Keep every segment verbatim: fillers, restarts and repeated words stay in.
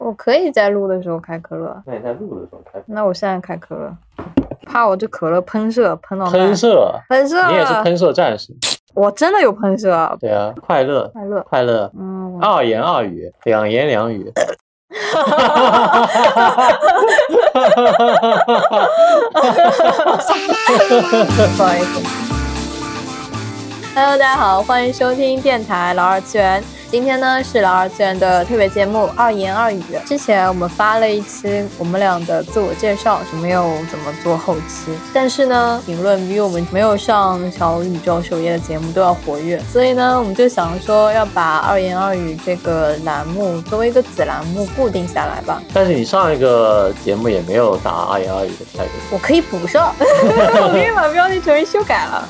我可以在录的时候开可乐。 那你在录的时候开？ 那我现在开可乐，怕我这可乐喷射喷到喷射， 喷射， 你也是喷射战士。 我真的有喷射。 对啊，快乐， 快乐， 快乐。 嗯， 二言二语，两言两语。 不好意思。Hello， 大家好，欢迎收听电台老二次元。今天呢是老二次元的特别节目二言二语。之前我们发了一期我们俩的自我介绍，是没有怎么做后期，但是呢评论比我们没有上小宇宙首页的节目都要活跃，所以呢我们就想说要把二言二语这个栏目作为一个子栏目固定下来吧。 但是你上一个节目也没有打二言二语的态度， 我可以补上我可以把标题重新修改了。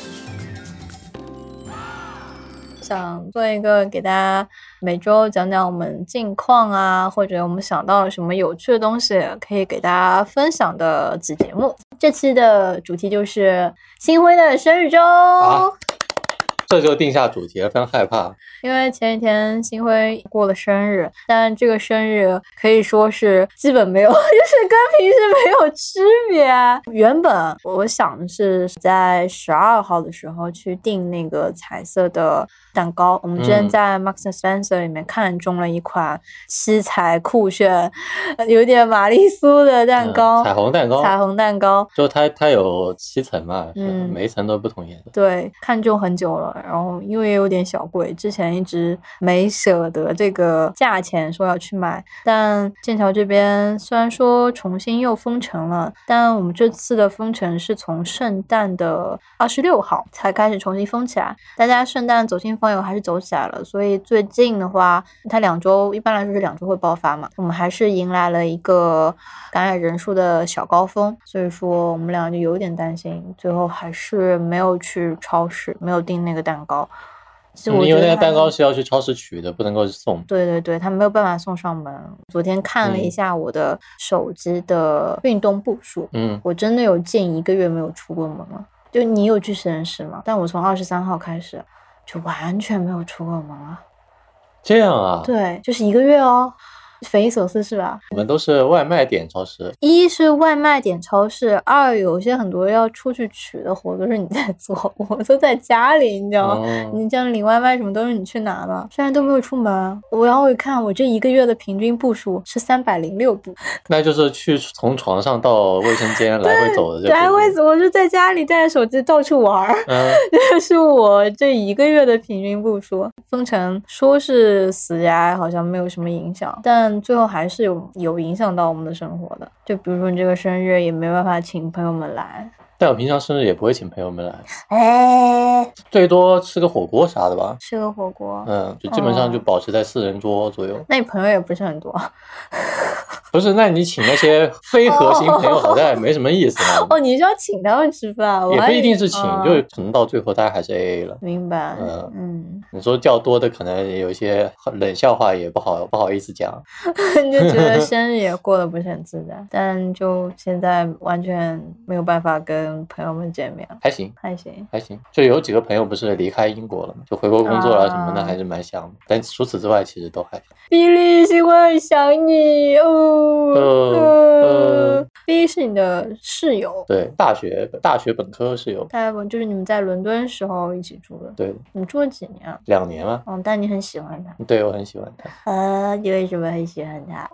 想做一个给大家每周讲讲我们近况啊，或者我们想到了什么有趣的东西可以给大家分享的子节目。这期的主题就是星辉的生日周、啊、 这就定下主题了，非常害怕。 因为前几天星辉过了生日，但这个生日可以说是基本没有，就是跟平时没有区别。原本我想的是在十二号的时候去订那个彩色的蛋糕，我们之前在 Marks and Spencer 里面看中了一款七彩酷炫有点玛丽苏的蛋糕、 嗯、彩虹蛋糕彩虹蛋糕就它它有七层嘛， 嗯， 每一层都不同颜色。 对，看中很久了，然后因为有点小贵，之前一直没舍得这个价钱说要去买，但剑桥这边虽然说重新又封城了，但我们这次的封城是从圣诞的二十六号才开始重新封起来，大家圣诞走亲访友还是走起来了，所以最近的话它两周一般来说是两周会爆发嘛，我们还是迎来了一个感染人数的小高峰，所以说我们俩就有点担心，最后还是没有去超市，没有订那个蛋糕。 嗯、因为那个蛋糕是要去超市取的，不能够送。对对对，他没有办法送上门。昨天看了一下我的手机的运动步数，嗯，我真的有近一个月没有出过门了。就你有去实验室吗？但我从二十三号开始就完全没有出过门了。 这样啊？ 对，就是一个月哦。匪夷所思是吧？ 我们都是外卖点超市， 一是外卖点超市，二有些很多要出去取的活都是你在做，我都在家里，你知道吗？哦、你这样领外卖什么都是你去拿的，虽然都没有出门。我然后一看，我这一个月的平均步数是三百零六步， 那就是去从床上到卫生间来回走的， 来回走，我就在家里带着手机到处玩，嗯，这是我这一个月的平均步数。封城说是死宅好像没有什么影响，但最后还是有有影响到我们的生活的，就比如说你这个生日也没办法请朋友们来， 但我平常生日也不会请朋友们来， 哎， 最多吃个火锅啥的吧， 吃个火锅， 嗯，就基本上就保持在四人桌左右。哦、 那你朋友也不是很多。 不是，那你请那些非核心朋友好像也没什么意思啊。 哦，你是要请他们吃饭？ 也不一定是请，哦、就可能到最后大家还是 A A 了。 明白。 嗯嗯，你说较多的可能有一些冷笑话也不好不好意思讲。 你就觉得生日也过得不是很自在，但就现在完全没有办法跟朋友们见面。 还行， 还行， 还行。就有几个朋友不是离开英国了吗？就回国工作了什么的，还是蛮想的。啊、但除此之外，其实都还行。 比利，希望很想你哦。呃呃，第一是你的室友， 对，大学大学本科室友， 大学就是你们在伦敦时候一起住的， 对， 你住了几年啊？ 两年了。 嗯，但你很喜欢他， 对，我很喜欢他。 呃，你为什么很喜欢他？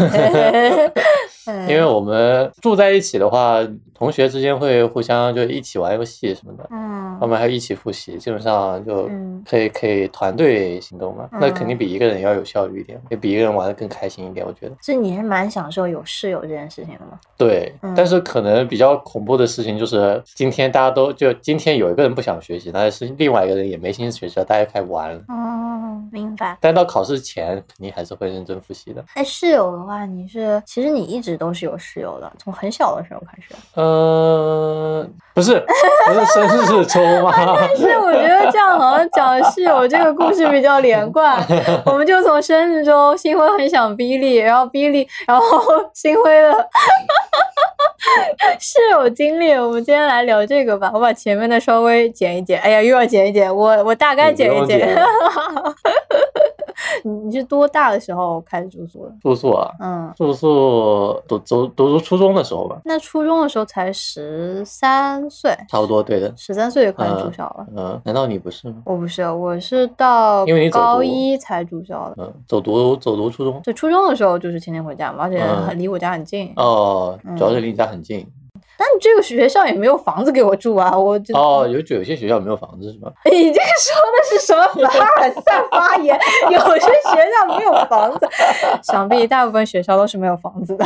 因为我们住在一起的话，同学之间会互相就一起玩游戏什么的，嗯，我们还一起复习，基本上就可以、嗯、可以团队行动嘛、嗯，那肯定比一个人要有效率一点，也比一个人玩得更开心一点，我觉得。 所以你是蛮享受有室友这件事情的吗？ 对、嗯，但是可能比较恐怖的事情就是今天大家都就今天有一个人不想学习，但是另外一个人也没心思学习，大家开始玩了。 哦，明白。 但到考试前肯定还是会认真复习的。 哎，室友的话，你是其实你一直都是有室友的，从很小的时候开始。 呃，不是，不是生日周吗？ 但是我觉得这样好像讲室友这个故事比较连贯。我们就从生日周，星辉很想比利，然后比利，然后星辉的室友经历。我们今天来聊这个吧，我把前面的稍微剪一剪。哎呀，又要剪一剪，我我大概剪一剪。 你你是多大的时候开始住宿的？ 住宿啊，嗯，住宿读读读初中的时候吧。 那初中的时候才十三岁， 差不多，对的， 十三岁就开始住校了。 嗯，嗯难道你不是吗？ 我不是，我是到高一才住校的。 嗯，走读走读初中。 对，初中的时候就是天天回家嘛，而且离我家很近。 嗯、哦，主要是离你家很近。嗯但这个学校也没有房子给我住啊，我就哦，有有些学校没有房子是吧？ 你这个说的是什么凡尔赛发言？有些学校没有房子，想必大部分学校都是没有房子的。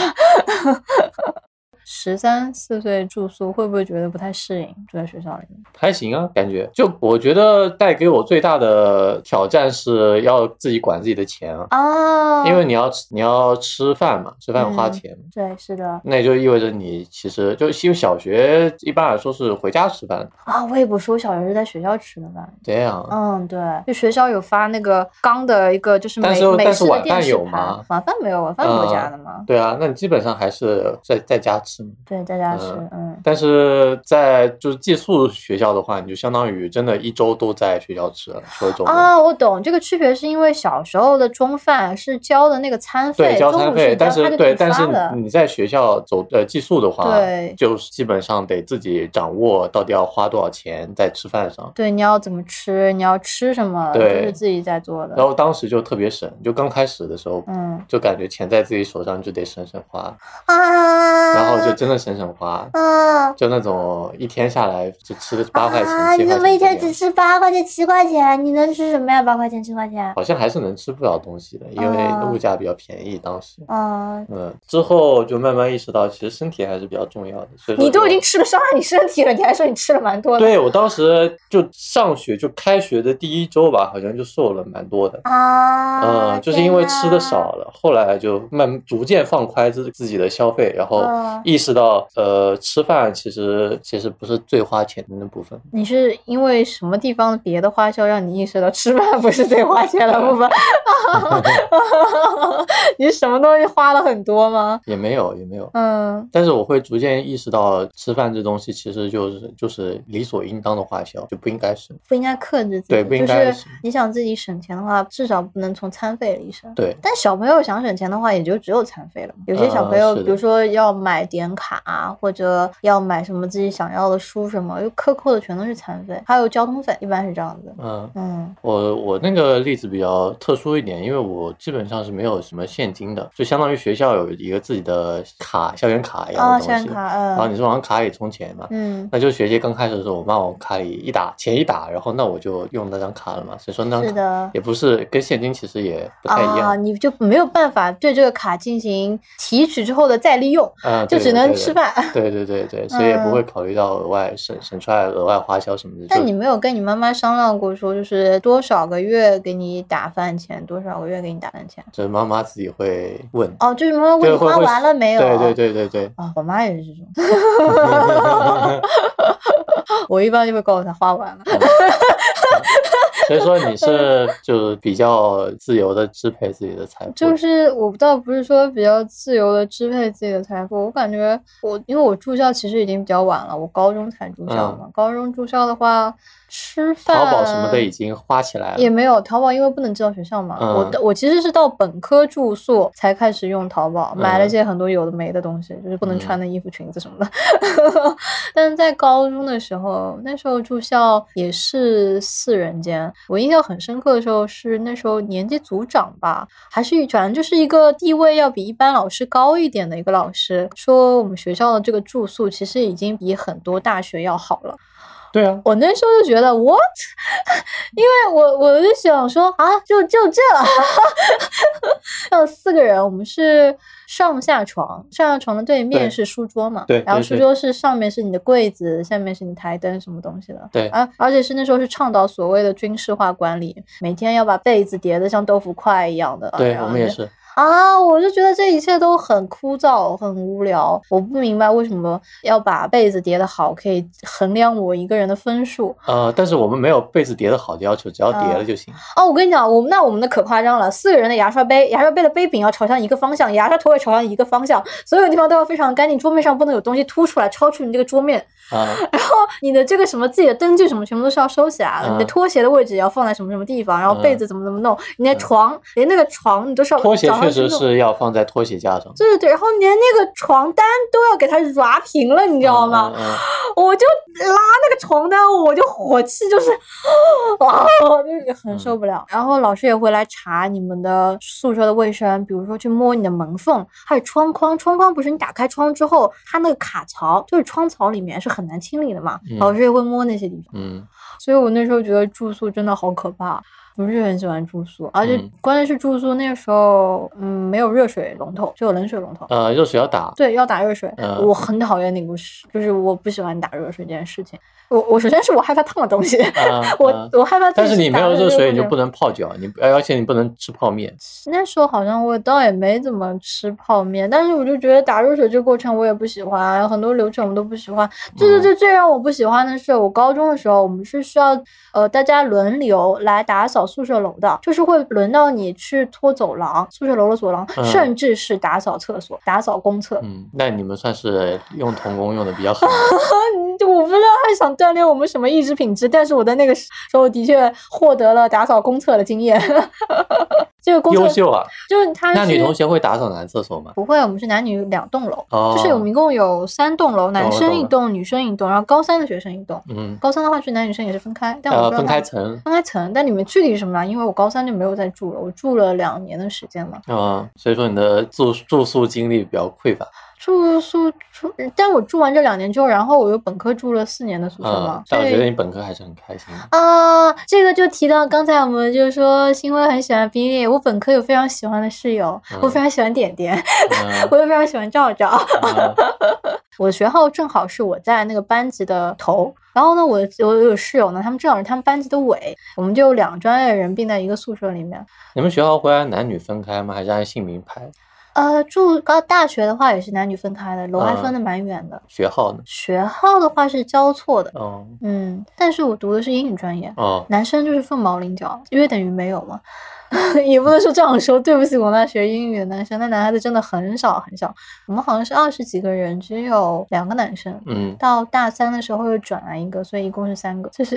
十三四岁住宿会不会觉得不太适应？住在学校里面还行啊，感觉就我觉得带给我最大的挑战是要自己管自己的钱啊，啊因为你要你要吃饭嘛，吃饭花钱、嗯， 对，是的， 那也就意味着你其实就因为小学一般来说是回家吃饭啊，我也不是，我小学是在学校吃的饭。 这样， 嗯，对，就学校有发那个钢的一个就是美美式的电视盘，晚饭没有，晚饭回家的嘛、 嗯。对啊，那你基本上还是在在家吃。 对，在家吃，嗯，嗯但是在就是寄宿学校的话，你就相当于真的一周都在学校吃了，除了周末啊。我懂这个区别，是因为小时候的中饭是交的那个餐费， 对，交餐费，但是对，但是你你在学校走呃寄宿的话，对，就是基本上得自己掌握到底要花多少钱在吃饭上。 对，你要怎么吃，你要吃什么，对，都是自己在做的。 然后当时就特别省，就刚开始的时候，嗯，就感觉钱在自己手上就得省省花啊，然后就真的省省花，嗯，就那种一天下来就吃个八块钱、 啊、 七块钱。 你怎么一天只吃八块钱、七块钱？你能吃什么呀？八块钱、七块钱？ 好像还是能吃不了东西的，因为物价比较便宜。当时，嗯嗯，之后就慢慢意识到，其实身体还是比较重要的。所以你都已经吃了伤害你身体了，你还说你吃了蛮多的？ 对，我当时就上学就开学的第一周吧，好像就瘦了蛮多的啊。嗯，就是因为吃的少了，后来就慢逐渐放宽自自己的消费，然后意识到，呃，吃饭其实其实不是最花钱的那部分。 你是因为什么地方别的花销让你意识到吃饭不是最花钱的部分？你是什么东西花了很多吗？ 也没有，也没有。嗯，但是我会逐渐意识到，吃饭这东西其实就是就是理所应当的花销，就不应该是， 不应该克制自己。 对，不应该是。就是你想自己省钱的话，至少不能从餐费里省。 对。 但小朋友想省钱的话，也就只有餐费了。有些小朋友，比如说要买点卡、啊，或者要买什么自己想要的书什么，就克扣的全都是餐费，还有交通费，一般是这样子。 嗯嗯，我我那个例子比较特殊一点，因为我基本上是没有什么现金的，就相当于学校有一个自己的卡，校园卡一样的东西， 哦、校园卡，嗯， 然后你是往卡里充钱嘛，嗯，那就学期刚开始的时候，我妈往卡里一打，钱一打，然后那我就用那张卡了嘛，所以说那张卡也不是跟现金其实也不太一样， 啊，你就没有办法对这个卡进行提取之后的再利用， 啊， 就只能吃饭， 对对对对，所以也不会考虑到额外省省出来额外花销什么的。 但你没有跟你妈妈商量过说，就是多少个月给你打饭钱，多少个月给你打饭钱？ 这妈妈自己会问。 哦，就是妈妈问你花完了没有？ 对对对对对。 啊、哦，我妈也是这种。我一般就会告诉她花完了。 所以说你是就比较自由的支配自己的财富， 就是我倒不是说比较自由的支配自己的财富，我感觉我因为我住校其实已经比较晚了，我高中才住校嘛，嗯、高中住校的话。吃饭淘宝什么的已经花起来了， 也没有淘宝，因为不能寄到学校嘛。嗯、我我其实是到本科住宿才开始用淘宝，买了一些很多有的没的东西，嗯、就是不能穿的衣服、裙子什么的。嗯、但是在高中的时候，那时候住校也是四人间，我印象很深刻的时候是那时候年级组长吧，还是反正就是一个地位要比一般老师高一点的一个老师，说我们学校的这个住宿其实已经比很多大学要好了。 对啊， 我那时候就觉得 what， 因为我我就想说啊，就就这，有四个人，我们是上下床，上下床的对面是书桌嘛， 对， 然后书桌是上面是你的柜子，下面是你台灯什么东西的， 对， 而而且是那时候是倡导所谓的军事化管理，每天要把被子叠得像豆腐块一样的， 对，我们也是。 啊，我就觉得这一切都很枯燥很无聊，我不明白为什么要把被子叠得好可以衡量我一个人的分数。 呃，但是我们没有被子叠得好的要求，只要叠了就行。 哦，我跟你讲，我们那我们的可夸张了，四个人的牙刷杯，牙刷杯的杯柄要朝向一个方向，牙刷头也朝向一个方向，所有地方都要非常干净，桌面上不能有东西凸出来超出你这个桌面。 啊、 然后你的这个什么自己的灯具什么全部都是要收起来的、啊、你的拖鞋的位置也要放在什么什么地方，然后被子怎么怎么弄、嗯、你的床、嗯、连那个床你都是要拖鞋确实是要放在拖鞋架上， 对对对，然后连那个床单都要给它抓平了，你知道吗、嗯嗯嗯、我就拉那个床单我就火气就是哇，就是很受不了、嗯、然后老师也会来查你们的宿舍的卫生，比如说去摸你的门缝，还有窗框，窗框不是你打开窗之后它那个卡槽就是窗槽里面是很难清理的嘛、嗯、老师也会摸那些地方。 嗯， 所以我那时候觉得住宿真的好可怕，不是很喜欢住宿，而且关键是住宿那个时候嗯没有热水龙头，只有冷水龙头。 呃热水要打， 对，要打热水、呃、我很讨厌那个事，就是我不喜欢打热水这件事情。我我首先是我害怕烫的东西、呃、我、呃、我害怕自己。 但是你没有热水你就不能泡脚，你而且你不能吃泡面。 那时候好像我倒也没怎么吃泡面，但是我就觉得打热水这个过程我也不喜欢，很多流程我都不喜欢。最最最最让我不喜欢的是我高中的时候我们是需要呃大家轮流来打扫宿舍楼的，就是会轮到你去拖走廊，宿舍楼的走廊、嗯、甚至是打扫厕所打扫公厕。 嗯，那你们算是用童工用的比较狠。 我不知道他想锻炼我们什么意志品质，但是我在那个时候的确获得了打扫公厕的经验。这个公厕优秀啊！ 就是他是那女同学会打扫男厕所吗？ 不会，我们是男女两栋楼、 哦、 就是我们一共有三栋楼，男生一栋、哦、女生一栋，然后高三的学生一栋。 嗯， 高三的话是男女生也是分开，但我不知道、 呃、分开层分开层，但你们具体是什么呢？因为我高三就没有再住了，我住了两年的时间嘛。 嗯，所以说你的住住宿经历比较匮乏。 住宿住，但我住完这两年之后，然后我又本科住了四年的宿舍嘛、 嗯、但我觉得你本科还是很开心啊。这个就提到刚才我们就说欣薇很喜欢冰烈，我本科有非常喜欢的室友、嗯、我非常喜欢点点、嗯、我又非常喜欢赵赵、嗯、我的学号正好是我在那个班级的头，然后呢我我有室友呢，他们正好是他们班级的尾，我们就有两专业人并在一个宿舍里面。 你们学校会按男女分开吗？还是按姓名排？ 呃，住高大学的话也是男女分开的，楼还分的蛮远的、嗯。 学号呢？ 学号的话是交错的。 哦， 嗯，但是我读的是英语专业。 哦， 男生就是凤毛麟角，约等于没有嘛。也不能说这样说，对不起广大学英语的男生，那男孩子真的很少很少。我们好像是二十几个人，只有两个男生。 嗯， 到大三的时候又转来一个，所以一共是三个。就是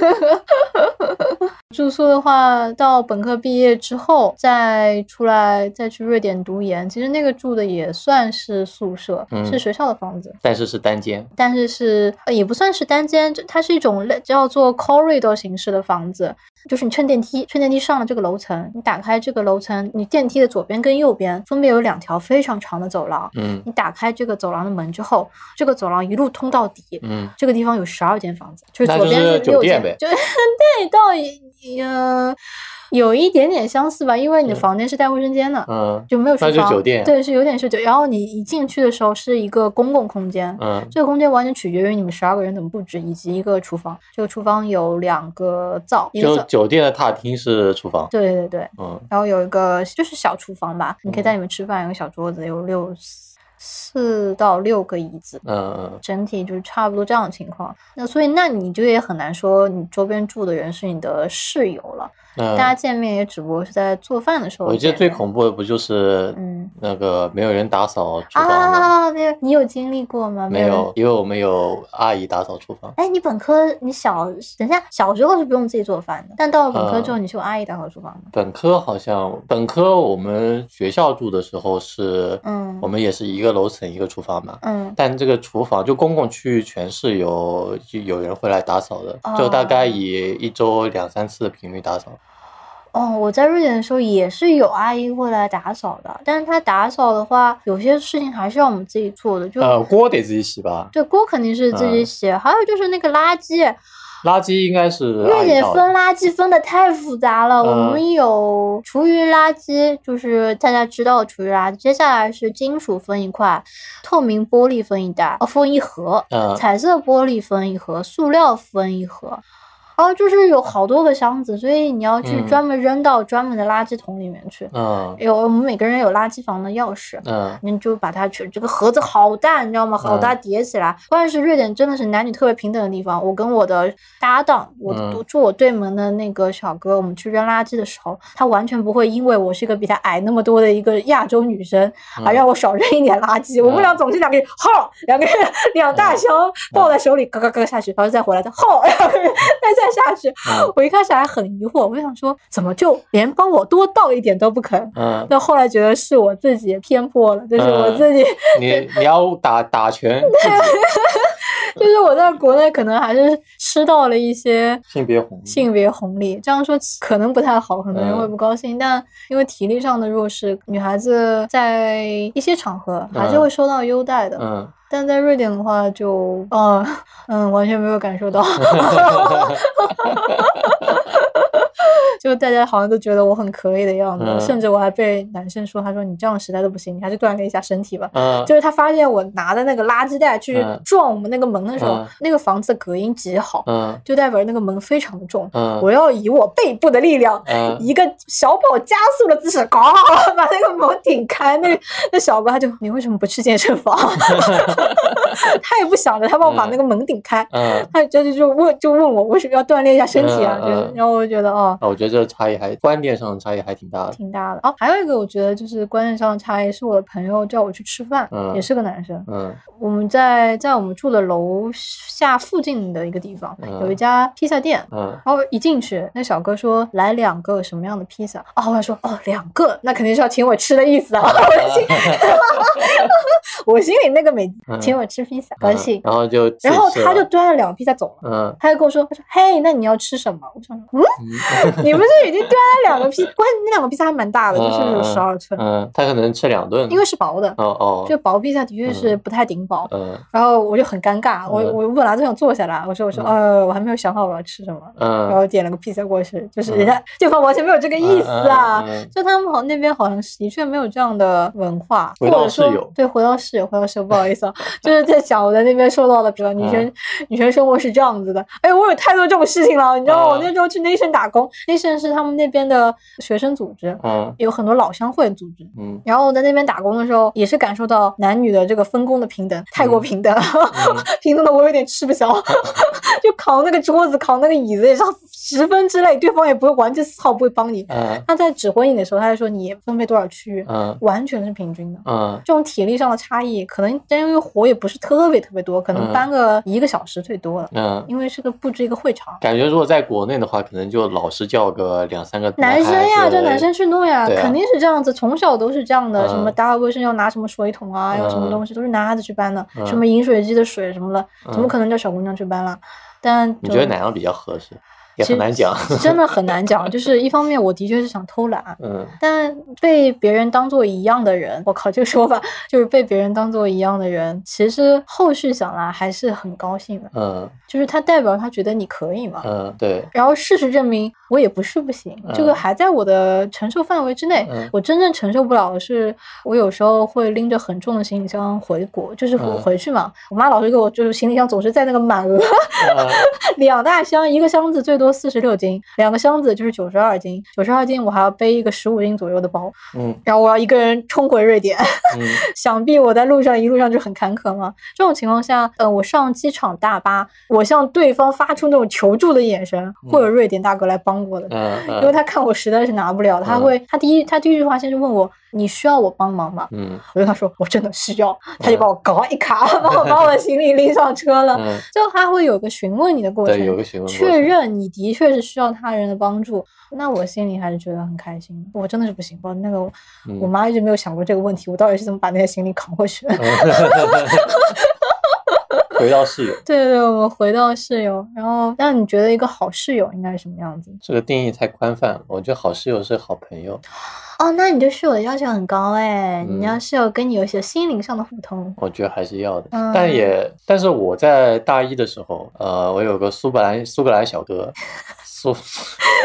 住宿的话，到本科毕业之后再出来，再去瑞典读研。其实那个住的也算是宿舍，嗯、是学校的房子， 但是是单间。 但是是、呃、也不算是单间，它是一种叫做 corridor 形式的房子，就是你乘电梯，乘电梯上了这个楼层。你打开这个楼层，你电梯的左边跟右边分别有两条非常长的走廊。 嗯， 你打开这个走廊的门之后，这个走廊一路通到底。 嗯， 这个地方有十二间房子，就是左边是六间，就对，到呃有一点点相似吧，因为你的房间是带卫生间的， 嗯， 就没有厨房， 那就酒店， 对，是有点是酒。然后你一进去的时候是一个公共空间， 嗯， 这个空间完全取决于你们十二个人怎么布置，以及一个厨房。这个厨房有两个灶， 就酒店的大厅是厨房， 对对对， 嗯， 然后有一个就是小厨房吧，你可以在里面吃饭，有个小桌子，有六四到六个椅子， 嗯嗯， 整体就是差不多这样的情况。那所以那你就也很难说你周边住的人是你的室友了。 嗯、 大家见面也只不过是在做饭的时候。 我记得最恐怖的不就是嗯那个没有人打扫厨房吗？ 啊，没有，你有经历过吗？ 没有，因为我们有阿姨打扫厨房。哎， 你本科你小等一下小时候是不用自己做饭的，但到了本科之后你是有阿姨打扫厨房的。 嗯、本科好像本科我们学校住的时候是， 嗯， 我们也是一个楼层一个厨房嘛， 嗯， 但这个厨房就公共区域全是有有人会来打扫的，哦、就大概以一周两三次的频率打扫。 哦，我在瑞典的时候也是有阿姨会来打扫的，但是她打扫的话，有些事情还是要我们自己做的。就呃，锅得自己洗吧？ 对，锅肯定是自己洗。嗯、还有就是那个垃圾， 垃圾应该是瑞典分垃圾分的太复杂了。 嗯、 我们有厨余垃圾，就是大家知道的厨余垃圾。接下来是金属分一块，透明玻璃分一袋，哦，分一盒， 嗯、 彩色玻璃分一盒，塑料分一盒。 哦，就是有好多个箱子，所以你要去专门扔到专门的垃圾桶里面去。 嗯， 有我们每个人有垃圾房的钥匙， 嗯， 你就把它去，这个盒子好大，你知道吗？好大，叠起来。关键是瑞典真的是男女特别平等的地方。我跟我的搭档，我、嗯、住我对门的那个小哥，我们去扔垃圾的时候，他完全不会因为我是一个比他矮那么多的一个亚洲女生，而让我少扔一点垃圾。嗯、我们俩总是两个人吼，两个人两大箱抱在手里，咯咯咯下去，然后再回来再吼，两个人再再下去。嗯、我一开始还很疑惑，我就想说，怎么就连帮我多倒一点都不肯？嗯，但后来觉得是我自己偏颇了，就是我自己， 嗯、你你要打打拳。 就是我在国内可能还是吃到了一些性别红利， 性别红利这样说可能不太好，很多人会不高兴、嗯、但因为体力上的弱势，女孩子在一些场合还是会受到优待的。嗯嗯，但在瑞典的话就嗯嗯完全没有感受到就大家好像都觉得我很可以的样子、嗯、甚至我还被男生说，他说你这样实在都不行，你还是锻炼一下身体吧、嗯、就是他发现我拿的那个垃圾袋去撞我们那个门的时候、嗯、那个房子的隔音极好、嗯、就代表那个门非常的重、嗯、我要以我背部的力量、嗯、一个小跑加速的姿势搞把那个门顶开。那个那小哥他就你为什么不去健身房他也不想着他帮我把那个门顶开、嗯、他就就问就问我为什么要锻炼一下身体啊、嗯嗯、然后我就觉得哦， 我觉得这个差异还观念上的差异还挺大的， 挺大的哦。还有一个我觉得就是观念上的差异，是我的朋友叫我去吃饭，嗯，也是个男生，嗯，我们在在我们住的楼下附近的一个地方、嗯、有一家披萨店，嗯，然后一进去，那小哥说来两个什么样的披萨啊？我还说哦两个，那肯定是要请我吃的意思啊。我心我心里那个美请我吃披萨，高兴、 嗯，然后就然后他就端了两个披萨走了，嗯，他就跟我说，他说嘿，那你要吃什么？我想说嗯。你不是已经端了两个披关键那两个披萨还蛮大的、嗯、就是有十二寸， 嗯，他可能吃两顿， 因为是薄的， 哦哦， 就薄披萨的确是不太顶饱， 嗯， 然后我就很尴尬，嗯、我我本来就想坐下来，我说我说、嗯、呃我还没有想好我要吃什么，嗯，然后点了个披萨过去，就是人家对方完全没有这个意思啊，嗯嗯嗯、就他们好像那边好像的确没有这样的文化， 回到室友， 对，回到室友，回到室友，不好意思啊，就是在讲我在那边受到的，比如女生、嗯、女生生活是这样子的，哎，我有太多这种事情了，你知道吗？嗯、我那时候去 Nation 打工 ，Nation 是他们那边的学生组织，嗯，有很多老乡会组织，嗯，然后我在那边打工的时候，也是感受到男女的这个分工的平等，太过平等了，嗯、平等的我有点吃不消，就扛那个桌子，扛那个椅子也是十分之累，对方也不会完全丝毫不会帮你。嗯，他在指挥你的时候，他就说你分配多少区域，嗯，完全是平均的。嗯，这种体力上的差异，可能因为活也不是特别特别多，可能搬个一个小时最多了。嗯，因为是个布置一个会场。 感觉如果在国内的话，可能就老师叫个两三个男生呀，就男生去弄呀，啊、肯定是这样子，从小都是这样的。嗯、什么打扫卫生要拿什么水桶啊，嗯、要什么东西都是男孩子去搬的，嗯、什么饮水机的水什么的，嗯、怎么可能叫小姑娘去搬了？但你觉得哪样比较合适？也很难讲， 真的很难讲。就是一方面，我的确是想偷懒，嗯，但被别人当做一样的人，我靠，这个说法就是被别人当做一样的人，其实后续想来还是很高兴的，嗯，就是他代表他觉得你可以嘛， 嗯，对。 然后事实证明，我也不是不行，嗯、这个还在我的承受范围之内。嗯、我真正承受不了的是，我有时候会拎着很重的行李箱回国，就是我回去嘛，嗯、我妈老是给我就是行李箱总是在那个满额，嗯、两大箱，一个箱子最多四十六斤，两个箱子就是九十二斤，九十二斤我还要背一个十五斤左右的包，嗯，然后我要一个人冲回瑞典，嗯，想必我在路上一路上就很坎坷嘛。这种情况下，呃，我上机场大巴，我向对方发出那种求助的眼神，嗯、会有瑞典大哥来帮我的，嗯嗯、因为他看我实在是拿不了，他会，他第一他第一句话先是问我。你需要我帮忙吗？嗯，我就跟他说我真的需要，他就把我搞一卡，帮我把我的行李拎上车了。嗯，就他会有个询问你的过程， 对，有个询问过程， 确认你的确是需要他人的帮助。那我心里还是觉得很开心。我真的是不行，我那个、嗯、我妈一直没有想过这个问题，我到底是怎么把那些行李扛回去的。 回到室友， 对对对，我们回到室友。然后，那你觉得一个好室友应该是什么样子？ 这个定义太宽泛了。我觉得好室友是好朋友。 哦，那你对室友的要求很高哎、嗯！你要室友跟你有一些心灵上的互通， 我觉得还是要的。嗯、但也，但是我在大一的时候，呃，我有个苏格兰苏格兰小哥，苏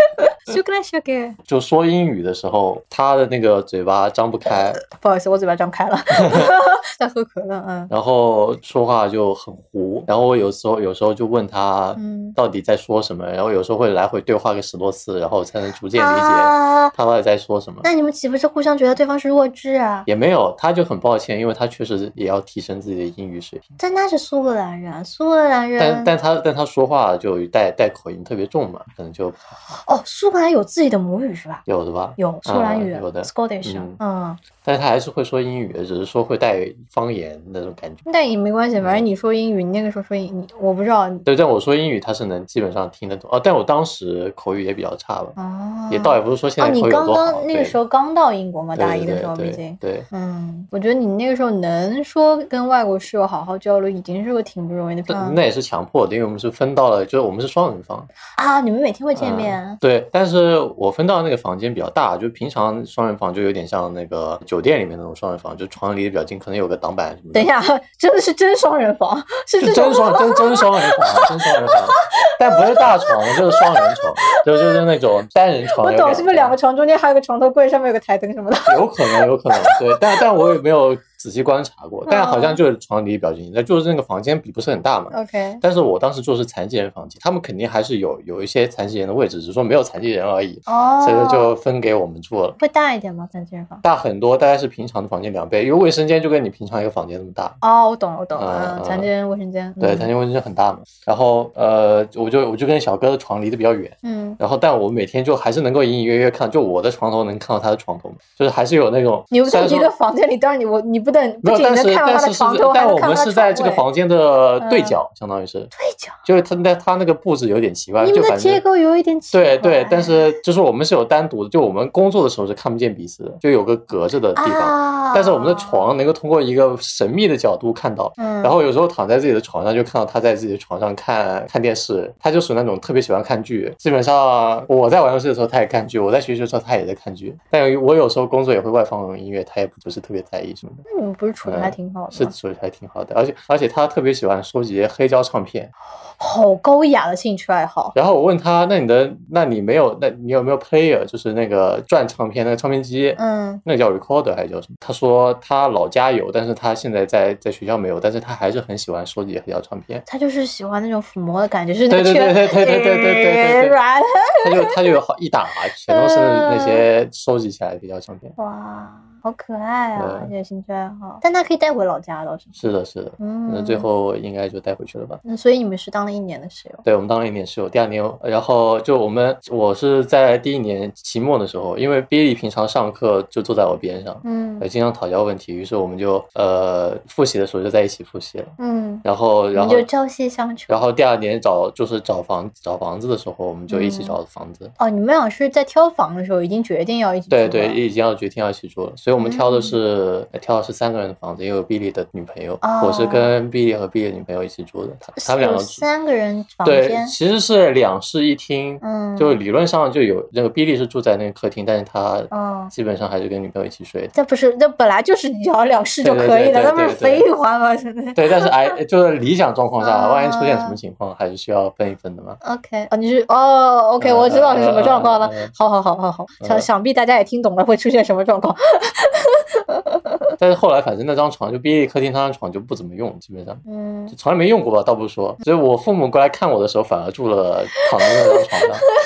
就说英语的时候，他的那个嘴巴张不开。呃、 不好意思，我嘴巴张开了，在喝可乐。嗯。 然后说话就很糊，然后我有时候有时候就问他到底在说什么，嗯、然后有时候会来回对话个十多次，然后才能逐渐理解他到底在说什么。啊、 那你们岂不是互相觉得对方是弱智啊？ 也没有，他就很抱歉，因为他确实也要提升自己的英语水平。 但他是苏格兰人，苏格兰人， 但但他但他说话就带带口音特别重嘛，可能就哦，苏格兰有自己的母语是吧？ 有的吧， 有苏格兰语， 嗯、有的 Scottish， 嗯。嗯， 但是他还是会说英语的，只是说会带方言那种感觉。 但也没关系，反正你说英语，你那个时候说英语，我不知道。 对，但我说英语他是能基本上听得懂。哦，但我当时口语也比较差吧。哦。也倒也不是说现在口语有多好。哦， 你刚刚那个时候刚到英国嘛，大一的时候毕竟。 对。对嗯，我觉得你那个时候能说跟外国室友好好交流，已经是个挺不容易的。 那那也是强迫的，因为我们是分到了，就是我们是双人房。 啊，你们每天会见面？ 嗯、对，但是我分到那个房间比较大，就平常双人房就有点像那个酒店里面那种双人房，就床离得比较近，可能有个挡板什么的。 等一下，真的是真双人房？是真双真真双人房，真双人房，但不是大床，就是双人床，就就是那种单人床。 我懂，是不是两个床中间还有个床头柜，上面有个台灯什么的？ 有可能，有可能，对，但但我也没有仔细观察过，但好像就是床离比较近，那就是那个房间比不是很大嘛。 OK。 但是我当时住的是残疾人房间，他们肯定还是有有一些残疾人的位置，只是说没有残疾人而已。哦。所以就分给我们住了。 会大一点吗？残疾人房？ 大很多，大概是平常的房间两倍，因为卫生间就跟你平常一个房间那么大。 哦，我懂了，我懂了。嗯，残疾人卫生间。 对，残疾人卫生间很大嘛。然后呃，我就我就跟小哥的床离得比较远。嗯。然后但我每天就还是能够隐隐约约看，就我的床头能看到他的床头，就是还是有那种。 你不在一个房间里，当然你我你不能不仅能看到他的床头， 但我们是在这个房间的对角， 嗯、 相当于是对角， 就是他那他那个布置有点奇怪， 你们的结构有一点奇怪。 对对，但是就是我们是有单独的，就我们工作的时候是看不见彼此的，就有个隔着的地方，啊、但是我们的床能够通过一个神秘的角度看到，嗯、然后有时候躺在自己的床上就看到他在自己的床上看看电视，他就属于那种特别喜欢看剧，基本上我在玩游戏的时候他也看剧，我在学习的时候他也在看剧，但我有时候工作也会外放音乐，他也不是特别在意什么的。 那你们不是处的还挺好的吗？ 是处的还挺好的，而且而且他特别喜欢收集黑胶唱片， 好高雅的兴趣爱好。 然后我问他，那你的那你没有，那你有没有 player， 就是那个转唱片那个唱片机？嗯，那个叫 recorder 还是叫什么？他说他老家有，但是他现在在在学校没有，但是他还是很喜欢收集黑胶唱片。 他就是喜欢那种抚摸的感觉，是那对对对对对对对对对对，他就他就有好一打，全都是那些收集起来的黑胶唱片。 哇。好可爱啊，这些兴趣爱好，但他可以带回老家倒是。 是的，是的，嗯，那最后应该就带回去了吧？ 那所以你们是当了一年的室友？ 对，我们当了一年室友，第二年，然后就我们，我是在第一年期末的时候，因为 Billy 平常上课就坐在我边上，嗯，经常讨教问题，于是我们就呃复习的时候就在一起复习了，嗯，然后然后你就朝夕相处。 然后第二年找就是找房找房子的时候，我们就一起找房子。 嗯、哦，你们俩是在挑房的时候已经决定要一起住了？ 对对，已经要决定要一起住了，所以。我们挑的是、嗯、挑的是三个人的房子，因为有 Billy 的女朋友，哦、我是跟 Billy 和 Billy 的女朋友一起住的，他他们两个三个人房间， 对，其实是两室一厅，嗯，就理论上就有那个 Billy 是住在那个客厅，但是他基本上还是跟女朋友一起睡的。 这不是，这本来就是你要两室就可以了，那不是废话吗？真的。 对，但是哎，就是理想状况下，万一出现什么情况，还是需要分一分的嘛。 OK， 哦，你是哦 ，OK， 我知道是什么状况了。好好好好好，想想必大家也听懂了会出现什么状况。 但是后来反正那张床就 Billy 客厅那张床就不怎么用，基本上，嗯，就从来没用过吧，倒不是说，所以我父母过来看我的时候，反而住了躺在那张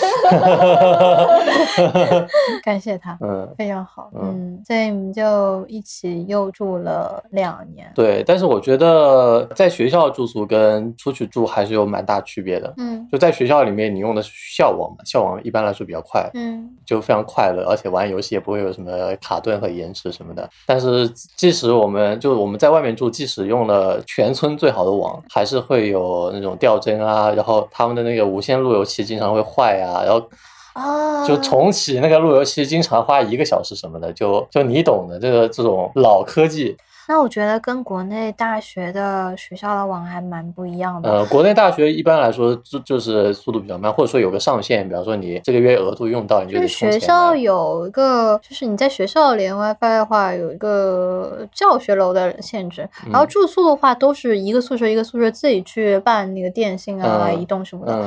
床上。感谢他，嗯，非常好，嗯，所以你们就一起又住了两年。 对，但是我觉得在学校住宿跟出去住还是有蛮大区别的，嗯，就在学校里面你用的是校网嘛，校网一般来说比较快，嗯，就非常快乐，而且玩游戏也不会有什么卡顿和延迟什么的。但是即使我们就我们在外面住，即使用了全村最好的网，还是会有那种掉帧啊，然后他们的那个无线路由器经常会坏啊，然后就重启那个路由器经常花一个小时什么的，就就你懂的，这个这种老科技。 那我觉得跟国内大学的学校的网还蛮不一样的。 呃，国内大学一般来说就就是速度比较慢，或者说有个上限，比方说你这个月额度用到，你就得充钱。 学校有一个，就是你在学校连 WiFi 的话，有一个教学楼的限制，嗯、然后住宿的话都是一个宿舍一个宿舍自己去办那个电信啊、嗯、移动什么的。嗯，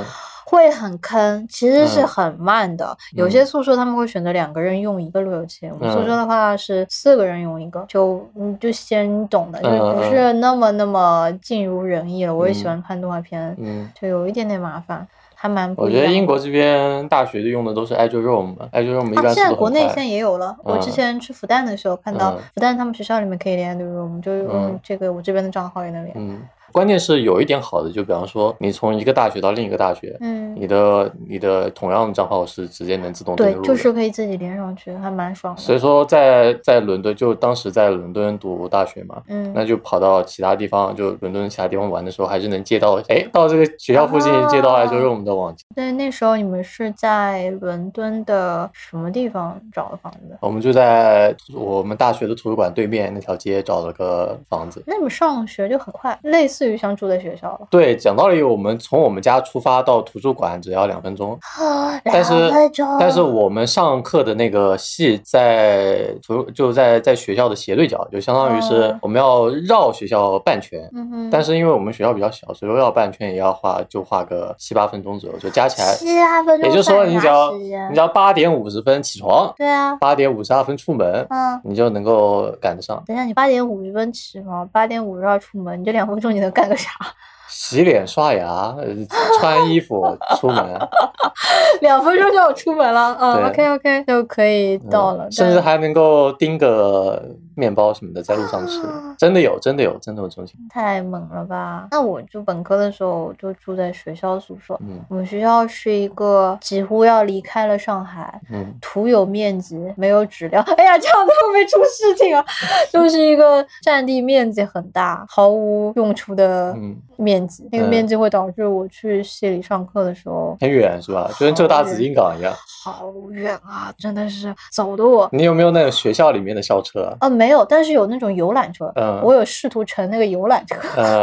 会很坑，其实是很慢的、嗯、有些宿舍他们会选择两个人用一个路由器、嗯、我们宿舍的话是四个人用一个，就就先懂的、嗯、就不是那么那么尽如人意了、嗯、我也喜欢看动画片，嗯，就有一点点麻烦，还蛮不一样的。 我觉得英国这边大学的用的都是 Azure Room，Azure Room 一般、啊、 现在国内现在也有了、嗯、我之前去复旦的时候看到、嗯、复旦他们学校里面可以连 Azure Room， 就用这个我这边的账号也能连。 嗯，关键是有一点好的，就比方说你从一个大学到另一个大学，嗯，你的你的同样的账号是直接能自动登录的， 对，就是可以自己连上去，还蛮爽的。 所以说在在伦敦，就当时在伦敦读大学嘛，嗯，那就跑到其他地方，就伦敦其他地方玩的时候，还是能接到，哎，到这个学校附近接到 Azure Room 的网。 对，那时候你们是在伦敦的什么地方找的房子？ 我们就在我们大学的图书馆对面那条街找了个房子。 那你们上学就很快，类似于像住在学校了。 对，讲道理，我们从我们家出发到图书馆只要两分钟，但是但是我们上课的那个系在图就在在学校的斜对角，就相当于是我们要绕学校半圈，嗯、但是因为我们学校比较小，所以说要半圈也要花就花个七八分钟左右，就加起来七八分钟， 也就是说你只要你只要八点五十分起床， 对啊， 八点五十二分出门，嗯，你就能够赶得上。 等一下，你八点五十分起床，八点五十二出门，你这两分钟你能干个啥？ 洗脸刷牙穿衣服出门两分钟就要出门了，嗯 OK OK 就可以到了、嗯、 甚至还能够叮个面包什么的在路上吃、啊、真的有真的有真的有这种情况， 太猛了吧。那我就本科的时候就住在学校宿舍、嗯、我们学校是一个几乎要离开了上海、嗯、土有面积没有质量，哎呀这样子会不会出事情啊就是一个占地面积很大毫无用处的面积、嗯、那个面积会导致我去系里上课的时候很远是吧，就跟浙大紫金港一样， 好远啊，真的是走的我。 你有没有那个学校里面的校车啊？ 啊没有，但是有那种游览车、嗯、我有试图乘那个游览车、嗯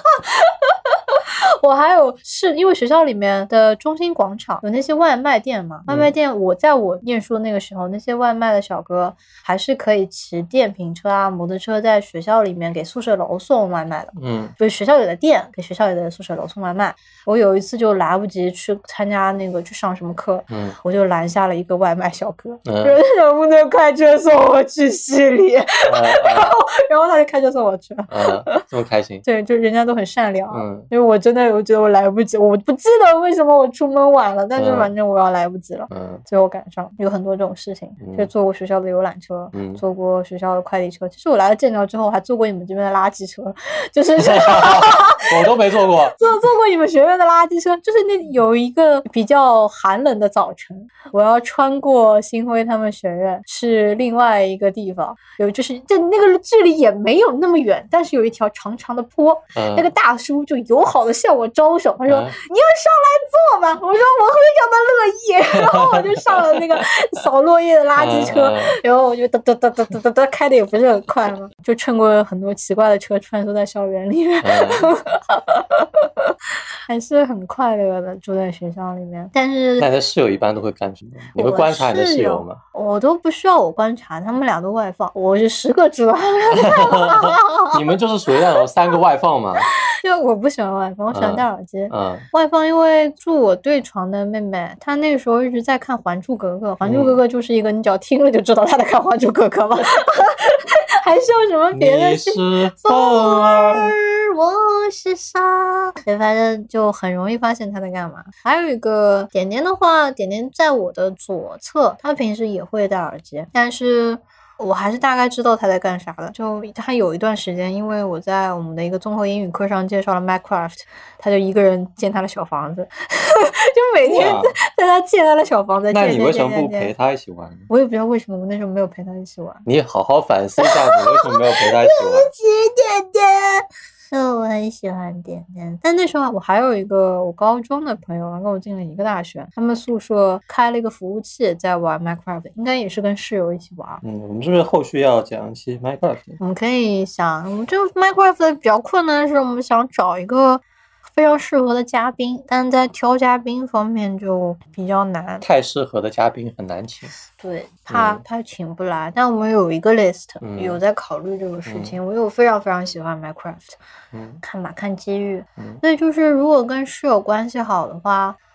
我还有是因为学校里面的中心广场有那些外卖店嘛，外卖店我在我念书的那个时候，那些外卖的小哥还是可以骑电瓶车啊摩托车在学校里面给宿舍楼送外卖的，嗯，就是学校里的店给学校里的宿舍楼送外卖。我有一次就来不及去参加那个去上什么课，嗯，我就拦下了一个外卖小哥，嗯，能不能开车送我去系里、嗯、然后然后他就开车送我去了， 嗯，这么开心。 对，就人家都很善良，嗯，因为我真的我觉得我来不及，我不记得为什么我出门晚了，但是反正我要来不及了，嗯，最后赶上。有很多这种事情，嗯、就坐过学校的游览车，嗯，坐过学校的快递车。其实我来了剑桥之后，还坐过你们这边的垃圾车，就是我都没坐过， 坐坐过你们学院的垃圾车，就是那有一个比较寒冷的早晨，我要穿过星辉他们学院去另外一个地方，有就是就那个距离也没有那么远，但是有一条长长的坡，嗯、那个大叔就友好的向我招手，他说、嗯、你要上来坐吧，我说我非常的乐意，然后我就上了那个扫落叶的垃圾车，嗯、然后我就哒哒哒哒哒哒哒开的也不是很快嘛，就乘过很多奇怪的车穿梭在校园里面，嗯、还是很快乐的住在学校里面。但是那你的室友一般都会干什么？你会观察你的室友吗？ 我都不需要我观察，他们俩都外放，我是十个知道。 你们就是属于那种三个外放吗？ 因为我不喜欢外放，我喜欢戴耳机。嗯，外放因为住我对床的妹妹，她那个时候一直在看《还珠格格》，《还珠格格》就是一个你只要听了就知道她在看《还珠格格》嘛。还是有什么别的？ 你是风儿， 我是沙。对，反正就很容易发现他在干嘛。还有一个点点的话，点点在我的左侧，他平时也会戴耳机，但是我还是大概知道他在干啥的。就他有一段时间，因为我在我们的一个综合英语课上介绍了 Minecraft， 他就一个人建他的小房子，就每天在在他建他的小房子。 那你为什么不陪他一起玩呢？ 我也不知道为什么我那时候没有陪他一起玩。 你好好反思一下，你为什么没有陪他一起玩？ 对不起，点点。嗯，我很喜欢点点，但那时候我还有一个我高中的朋友跟我进了一个大学，他们宿舍开了一个服务器在玩 Minecraft， 应该也是跟室友一起玩。 嗯，我们是不是后续要讲一期 Minecraft？ 我们可以想，我们这 Minecraft 比较困难的是，我们想找一个非常适合的嘉宾，但在挑嘉宾方面就比较难， 太适合的嘉宾很难请。 对，怕、嗯、怕请不来，但我们有一个 list、嗯、有在考虑这个事情、嗯、我有非常非常喜欢 Minecraft、嗯、看吧看机遇、嗯、所以就是如果跟室友关系好的话，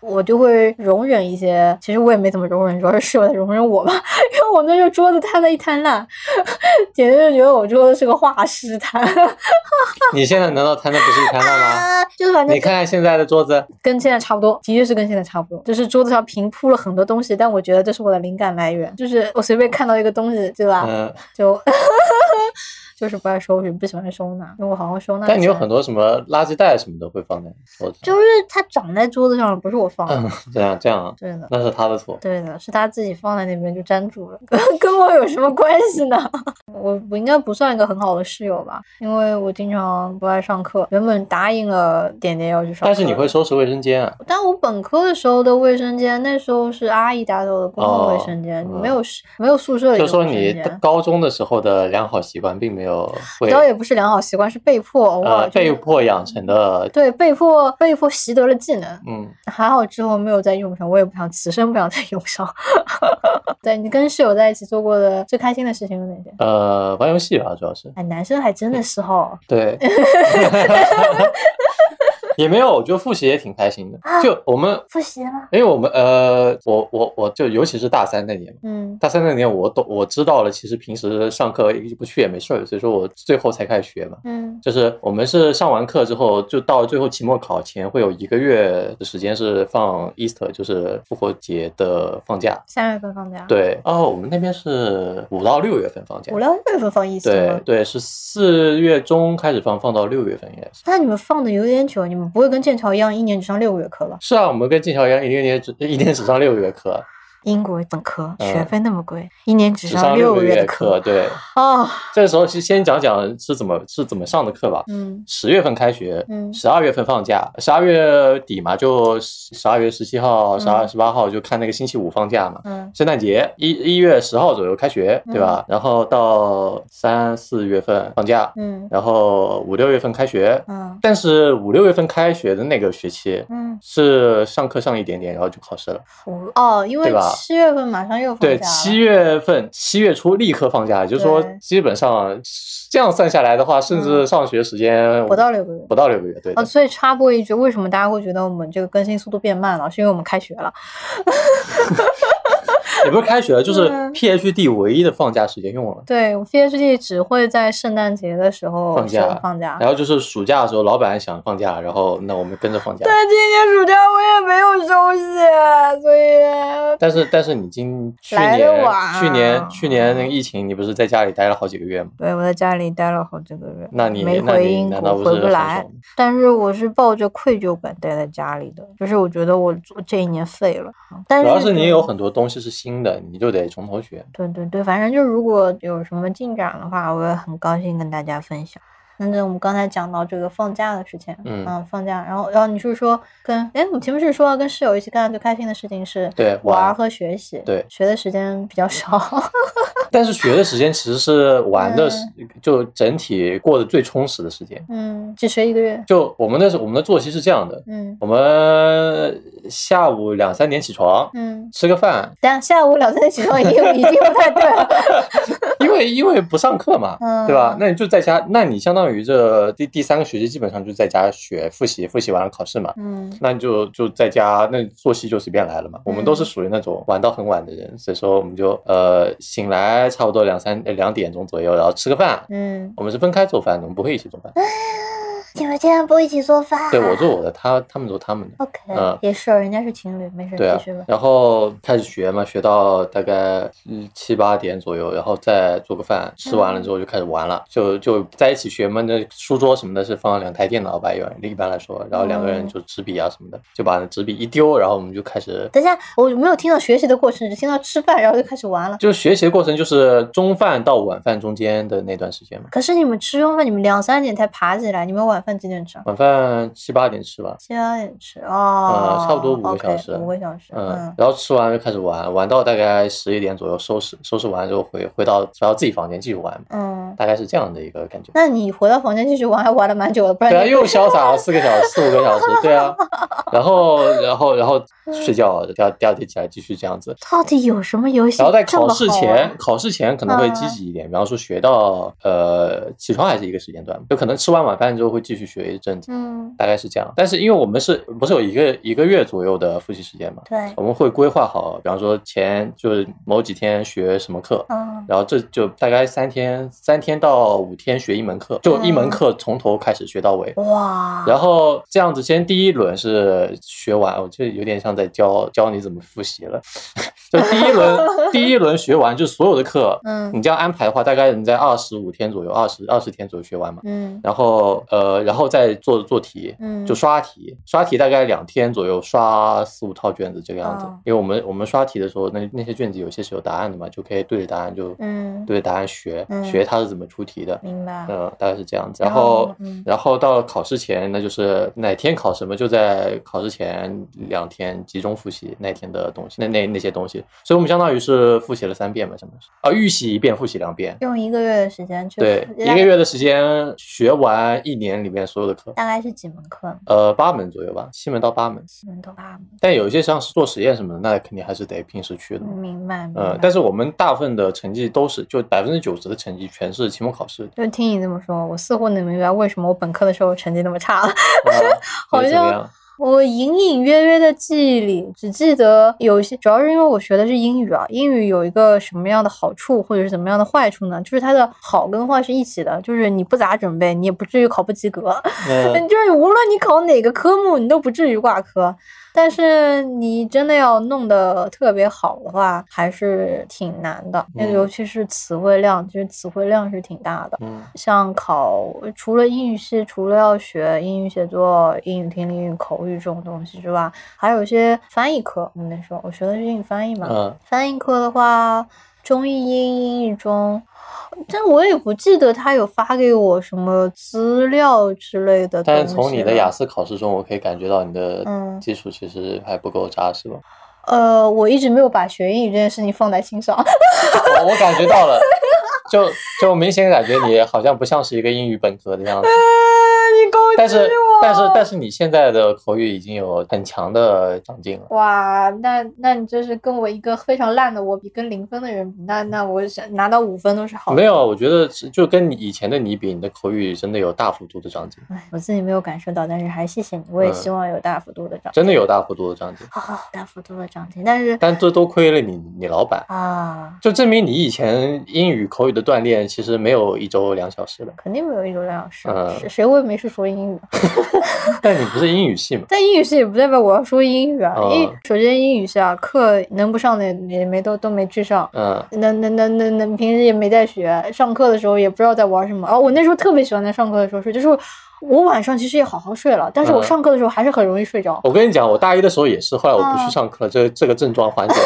我就会容忍一些，其实我也没怎么容忍，主要是室友在容忍我吧，因为我那时候桌子摊的一滩烂，简直就觉得我桌子是个画师摊。 你现在难道摊的不是一滩烂吗？ 啊、就是反正你看看现在的桌子， 跟现在差不多，的确是跟现在差不多，就是桌子上平铺了很多东西，但我觉得这是我的灵感来源，就是我随便看到一个东西，对吧？嗯，就。就是不爱收拾，不喜欢收纳。如果好好收纳， 但你有很多什么垃圾袋什么的会放在桌子上， 就是它长在桌子上了，不是我放的。 嗯，这样这样， 对的， 那是他的错。 对的，是他自己放在那边就粘住了，跟我有什么关系呢？我我应该不算一个很好的室友吧，因为我经常不爱上课。原本答应了点点要去上课， 但是你会收拾卫生间啊？ 但我本科的时候的卫生间，那时候是阿姨打扫的公共卫生间， 哦、 没有没有宿舍里的卫生间。 就说你高中的时候的良好习惯并没有会。 倒也不是良好习惯，是被迫偶尔、 呃、被迫养成的。 对，被迫被迫习得了技能。 嗯， 还好之后没有再用上，我也不想此生不想再用上。对，你跟室友在一起做过的最开心的事情有哪些？ 呃，玩游戏吧，主要是。 哎，男生还真的是哈。 对。也没有，我觉得复习也挺开心的。啊、就我们复习了， 因为我们呃，我我我就尤其是大三那年， 嗯， 大三那年我懂，我知道了，其实平时上课不去也没事儿，所以说我最后才开始学嘛。 嗯， 就是我们是上完课之后，就到最后期末考前会有一个月的时间是放 Easter， 就是复活节的放假。 三月份放假。 对，哦，我们那边是五到六月份放假。 五六月份放 Easter。 对对，是四月中开始放，放到六月份应该是。 那你们放的有点久，你们不会跟剑桥一样一年只上六个月课吧？ 是啊，我们跟剑桥一样，一年只一年只上六个月课。 英国本科学费那么贵，嗯、一年只上六个月的课。 对。 哦， 这个时候其实先讲讲是怎么是怎么上的课吧。 嗯， 十月份开学， 嗯， 十二月份放假，十二月底嘛，就十二月十七号、十二十八号就看那个星期五放假嘛。 嗯， 圣诞节一一月十号左右开学，对吧？ 嗯、 然后到三四月份放假， 嗯， 然后五六月份开学， 嗯， 但是五六月份开学的那个学期， 嗯， 是上课上一点点，然后就考试了。 哦，因为七月份马上。 对，七月份七月初立刻放假，也就是说基本上这样算下来的话，甚至上学时间、 嗯、不到六个月， 不到六个月，对。 哦，所以插播一句，为什么大家会觉得我们这个更新速度变慢了？是因为我们开学了。 也不是开学了，就是 P H D 唯一的放假时间用了。 对 ，P H D 只会在圣诞节的时候放假， 放假。 然后就是暑假的时候，老板想放假，然后那我们跟着放假。 但今年暑假我也没有休息，所以。 但是但是你今去年去年去年那个疫情，你不是在家里待了好几个月吗？ 对，我在家里待了好几个月。 那你没回英国， 回不来。但是我是抱着愧疚感待在家里的，就是我觉得我这一年废了。但是主要是你有很多东西是新的，你就得从头学。 对对对，反正就如果有什么进展的话，我也很高兴跟大家分享。那我们刚才讲到这个放假的事情， 嗯， 嗯放假，然后然后你是说跟哎，我们前面是说要跟室友一起干最开心的事情是对玩和学习， 对， 学的时间比较少。 但是学的时间其实是玩的，嗯、就整体过得最充实的时间。 嗯，只学一个月。 就我们的我们的作息是这样的， 嗯， 我们下午两三点起床， 嗯， 吃个饭。 等下下午两三点起床已经已经不太对了， 因为因为不上课嘛， 嗯、 对吧？那你就在家，那你相当于这第第三个学期基本上就在家学复习，复习完了考试嘛， 嗯， 那你就就在家，那作息就随便来了嘛。嗯、我们都是属于那种玩到很晚的人，所以说我们就呃醒来差不多两三两点钟左右，然后吃个饭， 嗯， 我们是分开做饭的，我们不会一起做饭。 你们竟然不一起做饭？ 对，我做我的，他他们做他们的。 OK，嗯，也是，人家是情侣，没事， 对啊， 继续吧。 然后开始学嘛，学到大概七八点左右，然后再做个饭，吃完了之后就开始玩了，嗯、就就在一起学嘛。那书桌什么的是放两台电脑吧，一般来说，然后两个人就纸笔啊什么的，就把纸笔一丢，然后我们就开始。 等一下，我没有听到学习的过程，只听到吃饭，然后就开始玩了。 就学习的过程就是中饭到晚饭中间的那段时间嘛。 可是你们吃中饭，你们两三点才爬起来，你们晚饭几点吃？ 晚饭七八点吃吧， 七八点吃哦， 嗯，差不多五个小时， okay, 五个小时， 嗯，嗯然后吃完就开始玩，玩到大概十一点左右收拾，收拾完之后回回到回到自己房间继续玩， 嗯， 大概是这样的一个感觉。 那你回到房间继续玩，还玩了蛮久的，不然对啊，又潇洒了四个小时，四五个小时，对啊，然后然后然后睡觉，第二第二天起来继续这样子。 到底有什么游戏？ 然后在考试前，考试前可能会积极一点，嗯、比方说学到呃起床还是一个时间段，就可能吃完晚饭之后会继续。 续学一阵子， 嗯， 大概是这样。但是因为我们是不是有一个一个月左右的复习时间嘛？ 对， 我们会规划好，比方说前就是某几天学什么课， 嗯， 然后这就大概三天三天到五天学一门课，就一门课从头开始学到尾。 哇！ 然后这样子，先第一轮是学完，我就有点像在教教你怎么复习了。就第一轮第一轮学完，就所有的课，嗯，你这样安排的话，大概你在二十五天左右，二十二十天左右学完嘛，嗯，然后呃，然后再做做题，嗯，就刷题，刷题大概两天左右，刷四五套卷子这个样子。哦、因为我们我们刷题的时候，那那些卷子有些是有答案的嘛，就可以对着答案就，嗯，对着答案学、嗯、学它是怎么出题的，明白？嗯、呃，大概是这样子。然后、哦嗯、然后到考试前，那就是哪天考什么，就在考试前两天集中复习那天的东西，那那那些东西。所以我们相当于是复习了三遍嘛，相当于是啊，预习一遍，复习两遍， 用一个月的时间去对，一个月的时间学完一年里面所有的课， 大概是几门课？ 呃，八门左右吧，七门到八门， 七门到八门。 但有一些像是做实验什么的，那肯定还是得平时去的。 明白，明白。 呃，但是我们大部分的成绩都是，就百分之九十的成绩全是期末考试。 就听你这么说，我似乎能明白为什么我本科的时候成绩那么差了，啊、好像。我隐隐约约的记忆里只记得有些，主要是因为我学的是英语啊，英语有一个什么样的好处或者是怎么样的坏处呢？就是它的好跟坏是一起的，就是你不咋准备，你也不至于考不及格，嗯、就是无论你考哪个科目，你都不至于挂科。但是你真的要弄得特别好的话，还是挺难的，嗯、尤其是词汇量，其实词汇量是挺大的。嗯，像考除了英语系，除了要学英语写作、英语听力、英语口语这种东西之外，还有一些翻译课。我们那时候我学的是英语翻译嘛，嗯、翻译课的话，中译英、英译中。但我也不记得他有发给我什么资料之类的东西。 但是从你的雅思考试中，我可以感觉到你的基础其实还不够扎实吧？ 嗯、呃，我一直没有把学英语这件事情放在心上。 我我感觉到了，就就明显感觉你好像不像是一个英语本科的样子。 你攻击我！ 但是但是但是你现在的口语已经有很强的长进了。 哇，那那你这是跟我一个非常烂的我比，跟零分的人比，那那我拿到五分都是好的。 没有，我觉得就跟你以前的你比，你的口语真的有大幅度的长进。 哎，我自己没有感受到，但是还谢谢你，我也希望有大幅度的长进。 嗯、真的有大幅度的长进。 好、哦，大幅度的长进，但是但这都亏了你你老板啊， 就证明你以前英语口语的锻炼其实没有一周两小时的。 肯定没有一周两小时。嗯，谁会没事说英语？ 但你不是英语系吗？ 在英语系也不代表我要说英语啊。嗯、因为首先英语系啊，课能不上的也没都都没去上。嗯，那那那那那平时也没在学，上课的时候也不知道在玩什么。哦，我那时候特别喜欢在上课的时候睡，就是我晚上其实也好好睡了，但是我上课的时候还是很容易睡着。 嗯、我跟你讲，我大一的时候也是，后来我不去上课了，啊、这这个症状缓解了。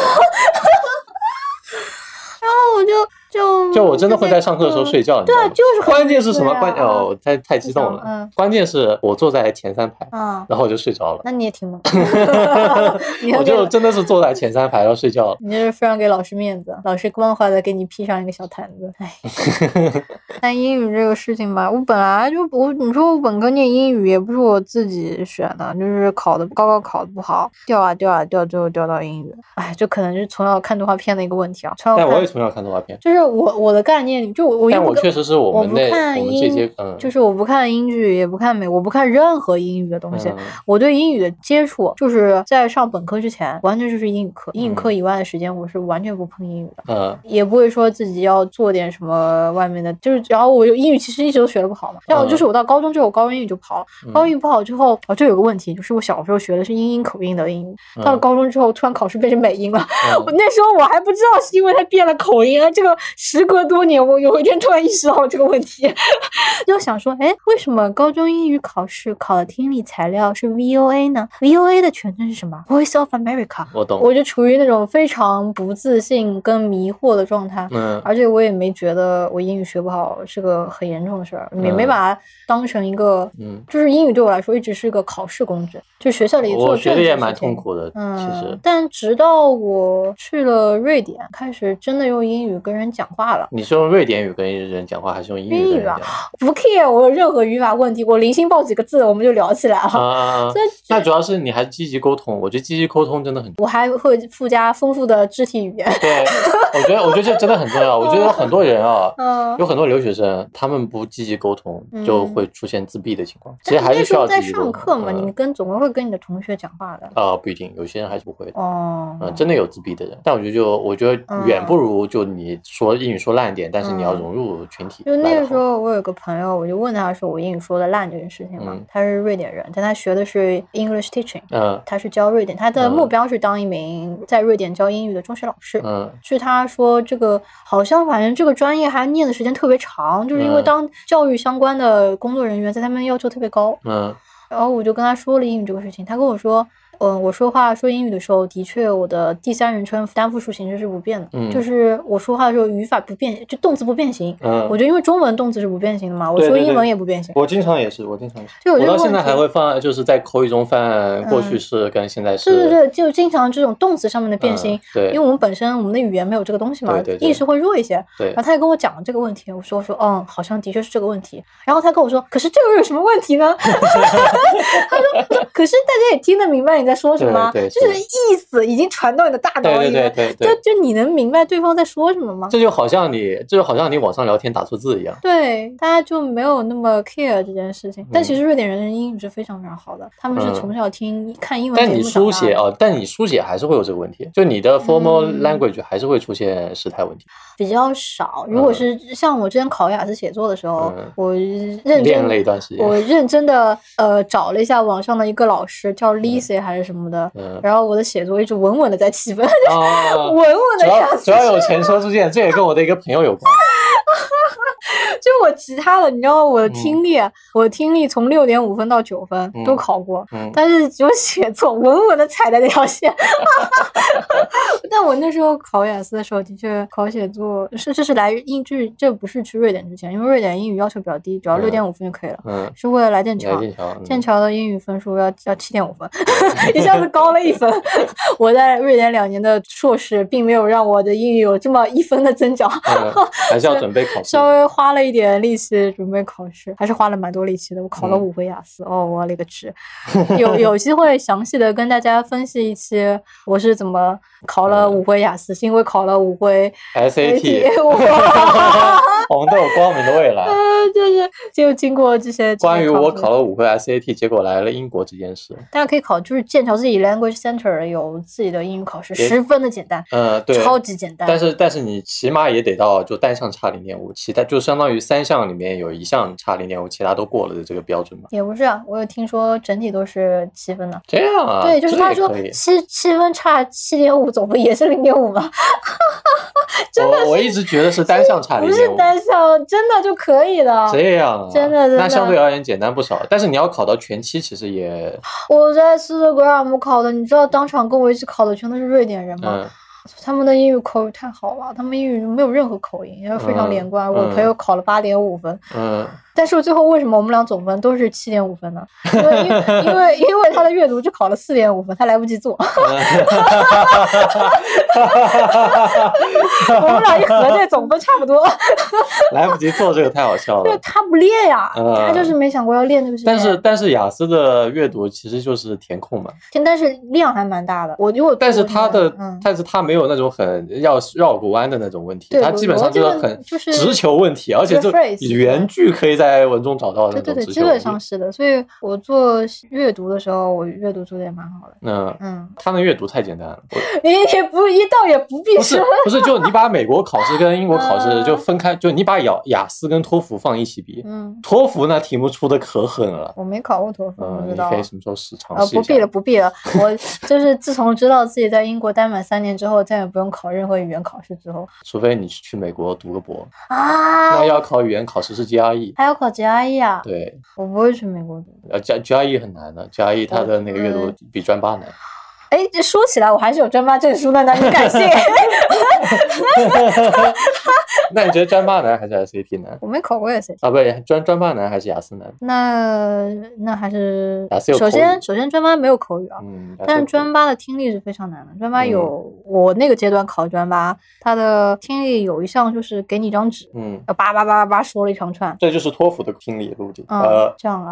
然后我就。就就我真的会在上课的时候睡觉， 对啊，就是关键是什么？关键哦，太太激动了。嗯，关键是我坐在前三排，嗯，然后我就睡着了。 那你也挺猛。 我就真的是坐在前三排然后睡觉了。 你就是非常给老师面子，老师关怀的给你披上一个小毯子。哎，但英语这个事情吧，我本来就我你说我本科念英语也不是我自己选的，就是考的高考考的不好，掉啊掉啊掉，最后掉到英语。哎，这可能是从小看动画片的一个问题啊。 但我也从小看动画片， 就是。我我的概念里，就我我但我确实是我们那我们这些嗯， 就是我不看英剧，也不看美，我不看任何英语的东西。嗯、我对英语的接触，就是在上本科之前，完全就是英语课，英语课以外的时间，我是完全不碰英语的。嗯，也不会说自己要做点什么外面的，就是然后我英语其实一直都学得不好嘛。然后就是我到高中之后，高中英语就跑了。嗯、高中英语不好之后，哦，这有个问题，就是我小时候学的是英音口音的英语，到了高中之后，突然考试变成美音了。嗯、我那时候我还不知道是因为它变了口音啊，这个。时隔多年，我有一天突然意识到这个问题，就想说，哎，为什么高中英语考试考的听力材料是 V O A 呢 ？V O A 的全称是什么 ？Voice of America。 我懂。 我就处于那种非常不自信跟迷惑的状态，嗯，而且我也没觉得我英语学不好是个很严重的事儿，也、嗯、没把它当成一个，嗯，就是英语对我来说一直是个考试工具，就学校里做。 我学的也蛮痛苦的，嗯，其实。 但直到我去了瑞典，开始真的用英语跟人讲话了。 你是用瑞典语跟人讲话，还是用英语跟人讲话？ 不 care 我有任何语法问题，我零星报几个字我们就聊起来了。 啊，那主要是你还积极沟通，我觉得积极沟通真的很重要。 我还会附加丰富的肢体语言。 对，我觉得我觉得这真的很重要。我觉得有很多人啊，有很多留学生，他们不积极沟通，就会出现自闭的情况。其实还是需要积极沟通。 在上课嘛，你跟总归会跟你的同学讲话的。 啊，不一定，有些人还是不会的。 哦， 嗯，真的有自闭的人，但我觉得就我觉得远不如就你说英语说烂点，但是你要融入群体。 就那个时候，我有个朋友，我就问他说我英语说的烂这件事情嘛，他是瑞典人，但他学的是 English teaching， 嗯，他是教瑞典，他的目标是当一名在瑞典教英语的中学老师。嗯，据他说，这个好像反正这个专业还念的时间特别长，就是因为当教育相关的工作人员在他们要求特别高。嗯，然后我就跟他说了英语这个事情，他跟我说。嗯，我说话说英语的时候，的确我的第三人称单复数形式是不变的，嗯，就是我说话的时候语法不变，就动词不变形。嗯，我觉得因为中文动词是不变形的嘛，我说英文也不变形。 我经常也是，我经常也是。就我到现在还会放，就是在口语中放过去式跟现在式。 对对对，就经常这种动词上面的变形。对，因为我们本身我们的语言没有这个东西嘛，意识会弱一些。对。然后他也跟我讲了这个问题，我说我说嗯，好像的确是这个问题。然后他跟我说，可是这个有什么问题呢？他说，可是大家也听得明白你在说什么。对。就是意思已经传到你的大脑里了，对对对，就就你能明白对方在说什么吗？ 这就好像你，这就好像你网上聊天打错字一样。 对，大家就没有那么 care 这件事情。嗯、但其实瑞典人的英语是非常非常好的，他们是从小听、嗯、看英文节目但你书写啊、哦，但你书写还是会有这个问题，就你的 formal language 还是会出现时态问题。 比较少，如果是像我之前考雅思写作的时候，嗯、我认真练了一段时间， 我认真的呃找了一下网上的一个老师，叫 Lisa 还是什么的。嗯然后我的写作一直稳稳的在七分，啊、稳稳的雅思。主要有前车之鉴，这也跟我的一个朋友有关。 就我其他的，你知道我的听力，嗯、我的听力从六点五分到九分都考过，嗯、但是只有写作稳稳的踩在那条线。但我那时候考雅思的时候，的确考写作是这是来英这这不是去瑞典之前，因为瑞典英语要求比较低，只要六点五分就可以了。嗯，是为了来剑桥，剑桥、嗯、剑桥的英语分数要要七点五分，一下子高了一分。我在瑞典两年的硕士，并没有让我的英语有这么一分的增长， 嗯、还是要准备考试， 稍微花了一点力气准备考试，还是花了蛮多力气的。我考了五回雅思，嗯、哦，我勒个去！有有机会详细的跟大家分析一期我是怎么考了五回雅思，嗯、是因为考了五回 S A T。我们都有光明的未来。 呃，就是就经过这些关于我考了五回 S A T， 结果来了英国这件事， 大家可以考，就是剑桥自己 Language Center 有自己的英语考试，十分的简单， 嗯，对， 超级简单。 但是但是你起码也得到就单项差零点五，其他就相当于三项里面有一项差零点五，其他都过了的这个标准嘛？ 也不是啊，我有听说整体都是七分的。 这样啊？ 对，就是他说七七分差七点五，总分也是零点五嘛。真的我，我一直觉得是单项差零点五， 不是单项，真的就可以的。 这样啊？ 真的，真的， 那相对而言简单不少。但是你要考到全期，其实也…… 我在斯德哥尔摩考的，你知道当场跟我一起考的全都是瑞典人吗？嗯他们的英语口语太好了，他们英语没有任何口音，也非常连贯。嗯、我朋友考了八点五分，嗯，但是最后为什么我们俩总分都是七点五分呢？因为因为因为因为他的阅读只考了四点五分，他来不及做。我们俩一合这总分差不多。 来不及做这个太好笑了。 对，他不练呀，嗯、他就是没想过要练这个事情。 但是但是雅思的阅读其实就是填空嘛， 但是量还蛮大的。我因为但是他的。嗯、但是他没有那种很要绕过弯的那种问题，他基本上就是很直球问题，而且就原句可以在文中找到的那种直球问题。对对对， 基本上是的。所以我做阅读的时候，我阅读做的也蛮好的。 嗯嗯，他的阅读太简单了， 也也不一倒也不必不是不是，就你把美国考试跟英国考试就分开，就你把雅雅思跟托福放一起比，嗯，托福那题目出的可狠了。 我没考过托福， 嗯， 不知道。 你可以什么时候试尝试一下？ 呃，不必了不必了，我就是自从知道自己在英国待满三年之后，再也不用考任何语言考试之后， 除非你去美国读个博啊，那要考语言考试是 G R E， 还要考 G R E 啊？ 对， 我不会去美国读。 呃 G R E 很难的 ，G R E 它的那个阅读比专八难。 哎、嗯，说起来我还是有专八证书的呢，你敢信？ 那你觉得专八难还是 S A T 难？ 我没考过 S A T 啊，不是专专八难还是雅思难？ 那那还是雅思有口语。 首先首先专八没有口语啊， 嗯， 但是专八的听力是非常难的。专八有、嗯、我那个阶段考专八，它的听力有一项就是给你一张纸， 嗯， 要叭叭叭叭叭说了一长串。 这就是托福的听力路径。 嗯、 呃， 这样啊。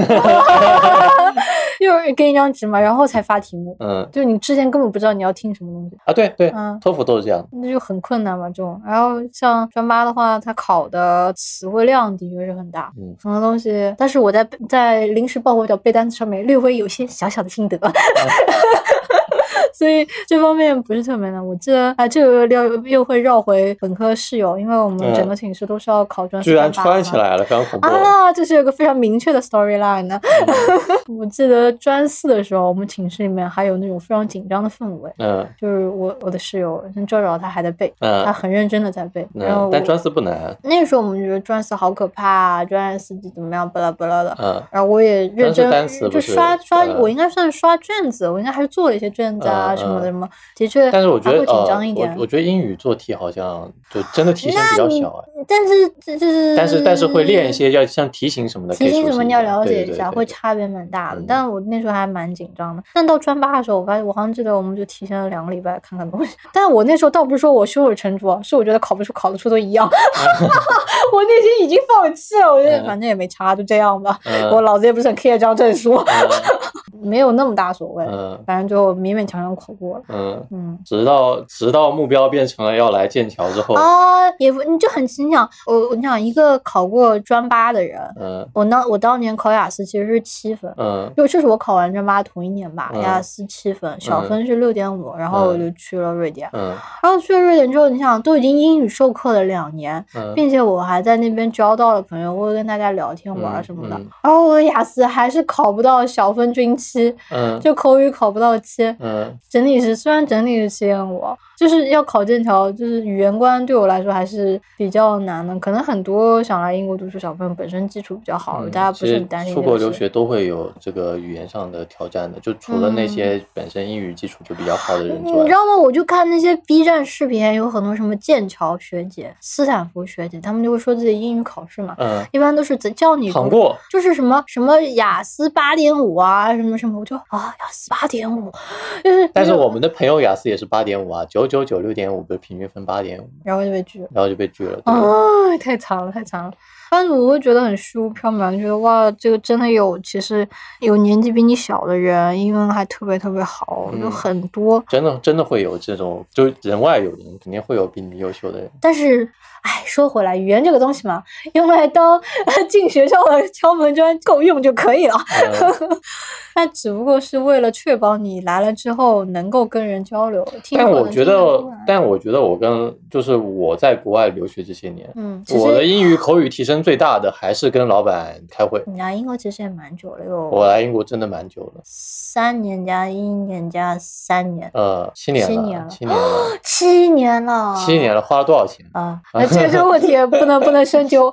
就是给你一张纸嘛，然后才发题目。 嗯， 就你之前根本不知道你要听什么东西啊。对对， 嗯， 托福都是这样， 那就很困难嘛这种。然后像专八的话，它考的词汇量的确是很大， 嗯， 很多东西。但是我在在临时抱佛脚背单词上面略微有些小小的心得。嗯所以这方面不是特别难。我记得啊，这个又又会绕回本科室友，因为我们整个寝室都是要考专四、 居然穿起来了，非常恐怖啊！这是有个非常明确的 storyline 呢。嗯、我记得专四的时候，我们寝室里面还有那种非常紧张的氛围。嗯，就是我我的室友赵赵他还在背，嗯，他很认真的在背。 嗯、 然后但专四不难。 那个时候我们觉得专四好可怕啊，专四怎么样，巴拉巴拉的。嗯，然后我也认真就刷刷，我应该算是刷卷子，我应该还是做了一些卷子啊。嗯、什么的什么，的确， 但是我觉得紧张一点、 呃我。我觉得英语做题好像就真的题型比较小哎。 但是就是但是但是会练一些，要像题型什么的， 题型什么你要了解一下， 对对对对会差别蛮大的。嗯、但我那时候还蛮紧张的。但到专八的时候，我发现我好像记得我们就提前了两个礼拜看看东西。但我那时候倒不是说我胸有成竹，是我觉得考不出考得出都一样。我内心已经放弃了，我觉得反正也没差，就这样吧。嗯、我老子也不是很 care 这张证书。嗯没有那么大所谓，嗯，反正就勉勉强强考过了， 嗯嗯，直到直到目标变成了要来剑桥之后啊，也不你就很你想我你想一个考过专八的人，嗯，我当我当年考雅思其实是七分，嗯，就这是我考完专八同一年吧，嗯、雅思七分，小分是六点五，然后我就去了瑞典，嗯，然后去了瑞典之后，你想都已经英语授课了两年，嗯，并且我还在那边交到了朋友，我会跟大家聊天玩什么的，嗯嗯、然后我的雅思还是考不到小分均七。嗯，就口语考不到七，嗯，整体是虽然整体是七点五，就是要考剑桥，就是语言关对我来说还是比较难的。可能很多想来英国读书小朋友本身基础比较好，嗯、大家不是很担心。 出国留学都会有这个语言上的挑战的，就除了那些本身英语基础就比较好的人之外， 嗯、你知道吗？我就看那些 B 站视频，有很多什么剑桥学姐、斯坦福学姐，他们就会说自己英语考试嘛，嗯，一般都是叫你考过， 就是什么什么雅思八点五啊，什么什么，我就啊雅思八点五，就是。 但是我们的朋友雅思也是八点五啊，九九九六点五，不是平均分八点五， 然后就被拒了， 然后就被拒了， 啊，太惨了，太惨了。但是我会觉得很虚无缥缈，觉得哇，这个真的有，其实有年纪比你小的人，英文还特别特别好，有、嗯、很多， 真的真的会有这种，就人外有人，肯定会有比你优秀的人。 但是，哎，说回来，语言这个东西嘛，用来当进学校的敲门砖够用就可以了。嗯那只不过是为了确保你来了之后能够跟人交流。 但我觉得，但我觉得我跟就是我在国外留学这些年，嗯，我的英语口语提升最大的还是跟老板开会。 你来英国其实也蛮久了哟。 我来英国真的蛮久了， 三年加一年加三年， 呃，七年了，七年了，七年了， 七年了， 七年了，花了多少钱啊？那这个问题也不能不能深究。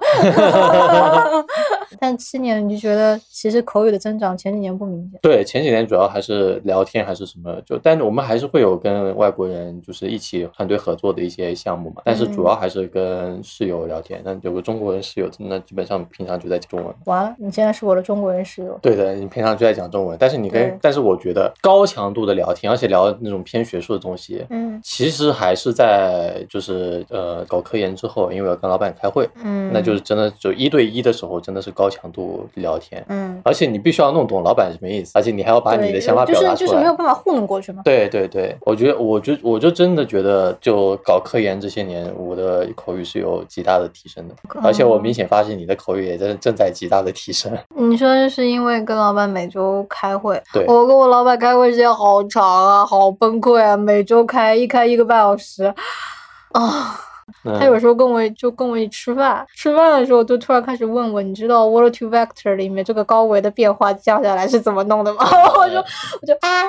但七年你就觉得其实口语的增长前几年不明显。 对，前几年主要还是聊天还是什么，就但是我们还是会有跟外国人就是一起团队合作的一些项目嘛，但是主要还是跟室友聊天。那、嗯、有个中国人室友，那基本上平常就在讲中文。 完了，你现在是我的中国人室友。 对的，你平常就在讲中文，但是你跟但是我觉得高强度的聊天，而且聊那种偏学术的东西，嗯，其实还是在就是呃搞科研之后，因为我要跟老板开会，嗯，那就是真的就一对一的时候，真的是高强度聊天，嗯，而且你必须要弄懂老板什么意思，而且你还要把你的想法表达出来， 就是就是没有办法糊弄过去嘛。 对对对，我觉得我就我就真的觉得，就搞科研这些年，我的口语是有极大的提升的，嗯、而且我明显发现你的口语也正正在极大的提升。 你说是因为跟老板每周开会？ 对， 我跟我老板开会时间好长啊，好崩溃啊，每周开一开一个半小时啊。他有时候跟我就跟我一起吃饭，吃饭的时候就突然开始问我，你知道 Water to Vector 里面这个高维的变化降下来是怎么弄的吗？然后我就我就啊，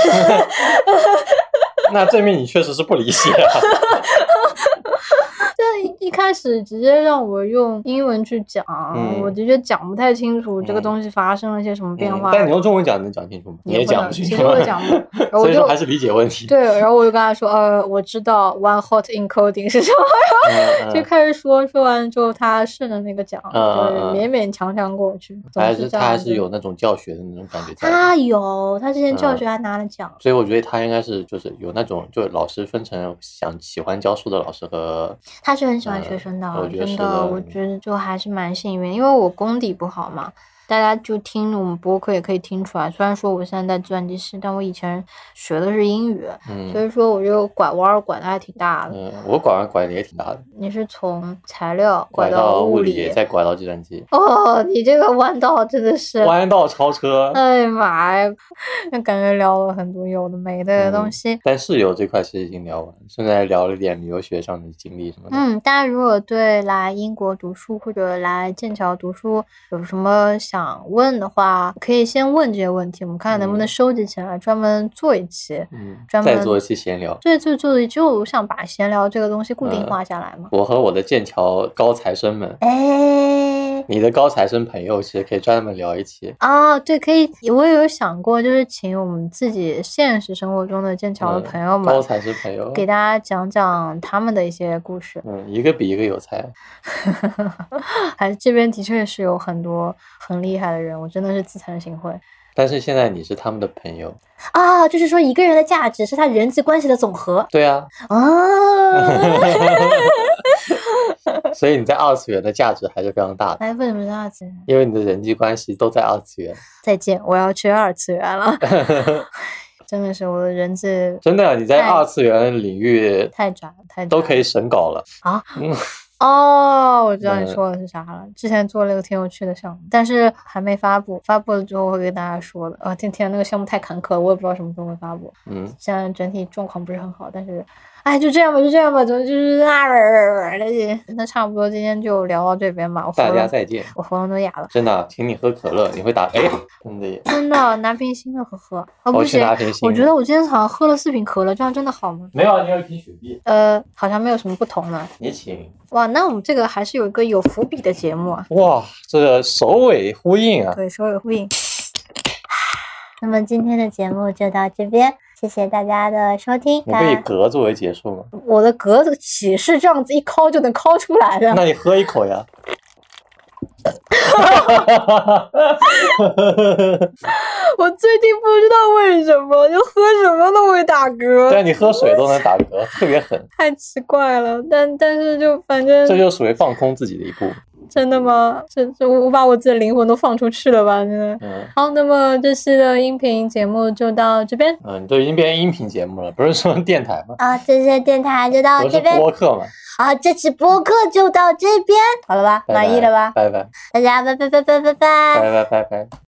那证明你确实是不理解啊。 但一开始直接让我用英文去讲， 嗯、 我的确讲不太清楚这个东西发生了些什么变化。 嗯、但你用中文讲能讲清楚吗？你也讲不清楚。 其实我讲不， 所以说还是理解问题。 对，然后我就跟他说，呃，我知道 one hot encoding 是什么，嗯嗯、就开始说，说完之后他顺着那个讲，嗯、就是勉勉强强过去。 还是他还是有那种教学的那种感觉在。 他有，他之前教学还拿了奖、 嗯。所以我觉得他应该是就是有那种，就老师分成想喜欢教书的老师和他是很喜欢学生的， 嗯、 真的，我觉得就还是蛮幸运，因为我功底不好嘛。大家就听我们播客也可以听出来，虽然说我现在在计算机系，但我以前学的是英语，嗯、所以说我就拐弯拐的还挺大的。 嗯，我拐弯拐的也挺大的。 你是从材料拐到物理， 再拐到计算机。 哦，你这个弯道真的是弯道超车。 哎呀妈呀，那感觉聊了很多有的没的东西。 嗯、但室友这块其实已经聊完，现在聊了点留学上的经历什么的。 嗯，大家如果对来英国读书或者来剑桥读书有什么想问的话，可以先问这些问题，我们看看能不能收集起来，嗯、专门做一期， 嗯， 专门再做一期闲聊。 对，就做一期，就我想把闲聊这个东西固定化下来嘛。 嗯、我和我的剑桥高材生们， 哎， 你的高材生朋友其实可以专门聊一期啊，对，可以，我也有想过，就是请我们自己现实生活中的剑桥的朋友们， 嗯、高材生朋友， 给大家讲讲他们的一些故事。 嗯，一个比一个有才。 还是这边的确是有很多很厉害的人，我真的是自惭形秽。 但是现在你是他们的朋友啊，就是说一个人的价值是他人际关系的总和。 对啊。 啊。 所以你在二次元的价值还是非常大的。 哎，为什么是二次元？ 因为你的人际关系都在二次元。 再见，我要去二次元了。真的是我的人际真的，你在二次元领域太窄了，太窄了都可以审稿了啊。嗯哦，我知道你说的是啥了。之前做了一个挺有趣的项目，但是还没发布，发布了之后会跟大家说的。啊，天天那个项目太坎坷了，我也不知道什么时候会发布。嗯，现在整体状况不是很好，但是，哎，就这样吧，就这样吧，总之就是啊，那差不多今天就聊到这边吧。 大家再见。 我喉咙都哑了。 真的，请你喝可乐，你会打哎，真的耶。 真的，拿瓶新的喝喝。哦，不行， 拿瓶新的。 我觉得我今天早上喝了四瓶可乐，这样真的好吗？ 没有啊，你有一瓶雪碧。 呃，好像没有什么不同呢。 你请。 哇，那我们这个还是有一个有伏笔的节目啊！ 哇，这个首尾呼应啊！ 对，首尾呼应。那么今天的节目就到这边，谢谢大家的收听。 你可以嗝作为结束吗？ 我的嗝岂是这样子一敲就能敲出来的？ 那你喝一口呀！ 我最近不知道为什么，就喝什么都会打嗝。 对，你喝水都能打嗝，特别狠。 太奇怪了，但但是就反正这就属于放空自己的一步。 真的吗？这这我把我自己的灵魂都放出去了吧？真的。嗯。好，那么这期的音频节目就到这边。 嗯，都已经变成音频节目了，不是说电台吗？ 啊，这期电台就到这边。 播客嘛。 啊，这期播客就到这边，好了吧？ 拜拜满意了吧？ 拜拜。 大家拜拜拜拜拜拜。 拜拜拜拜。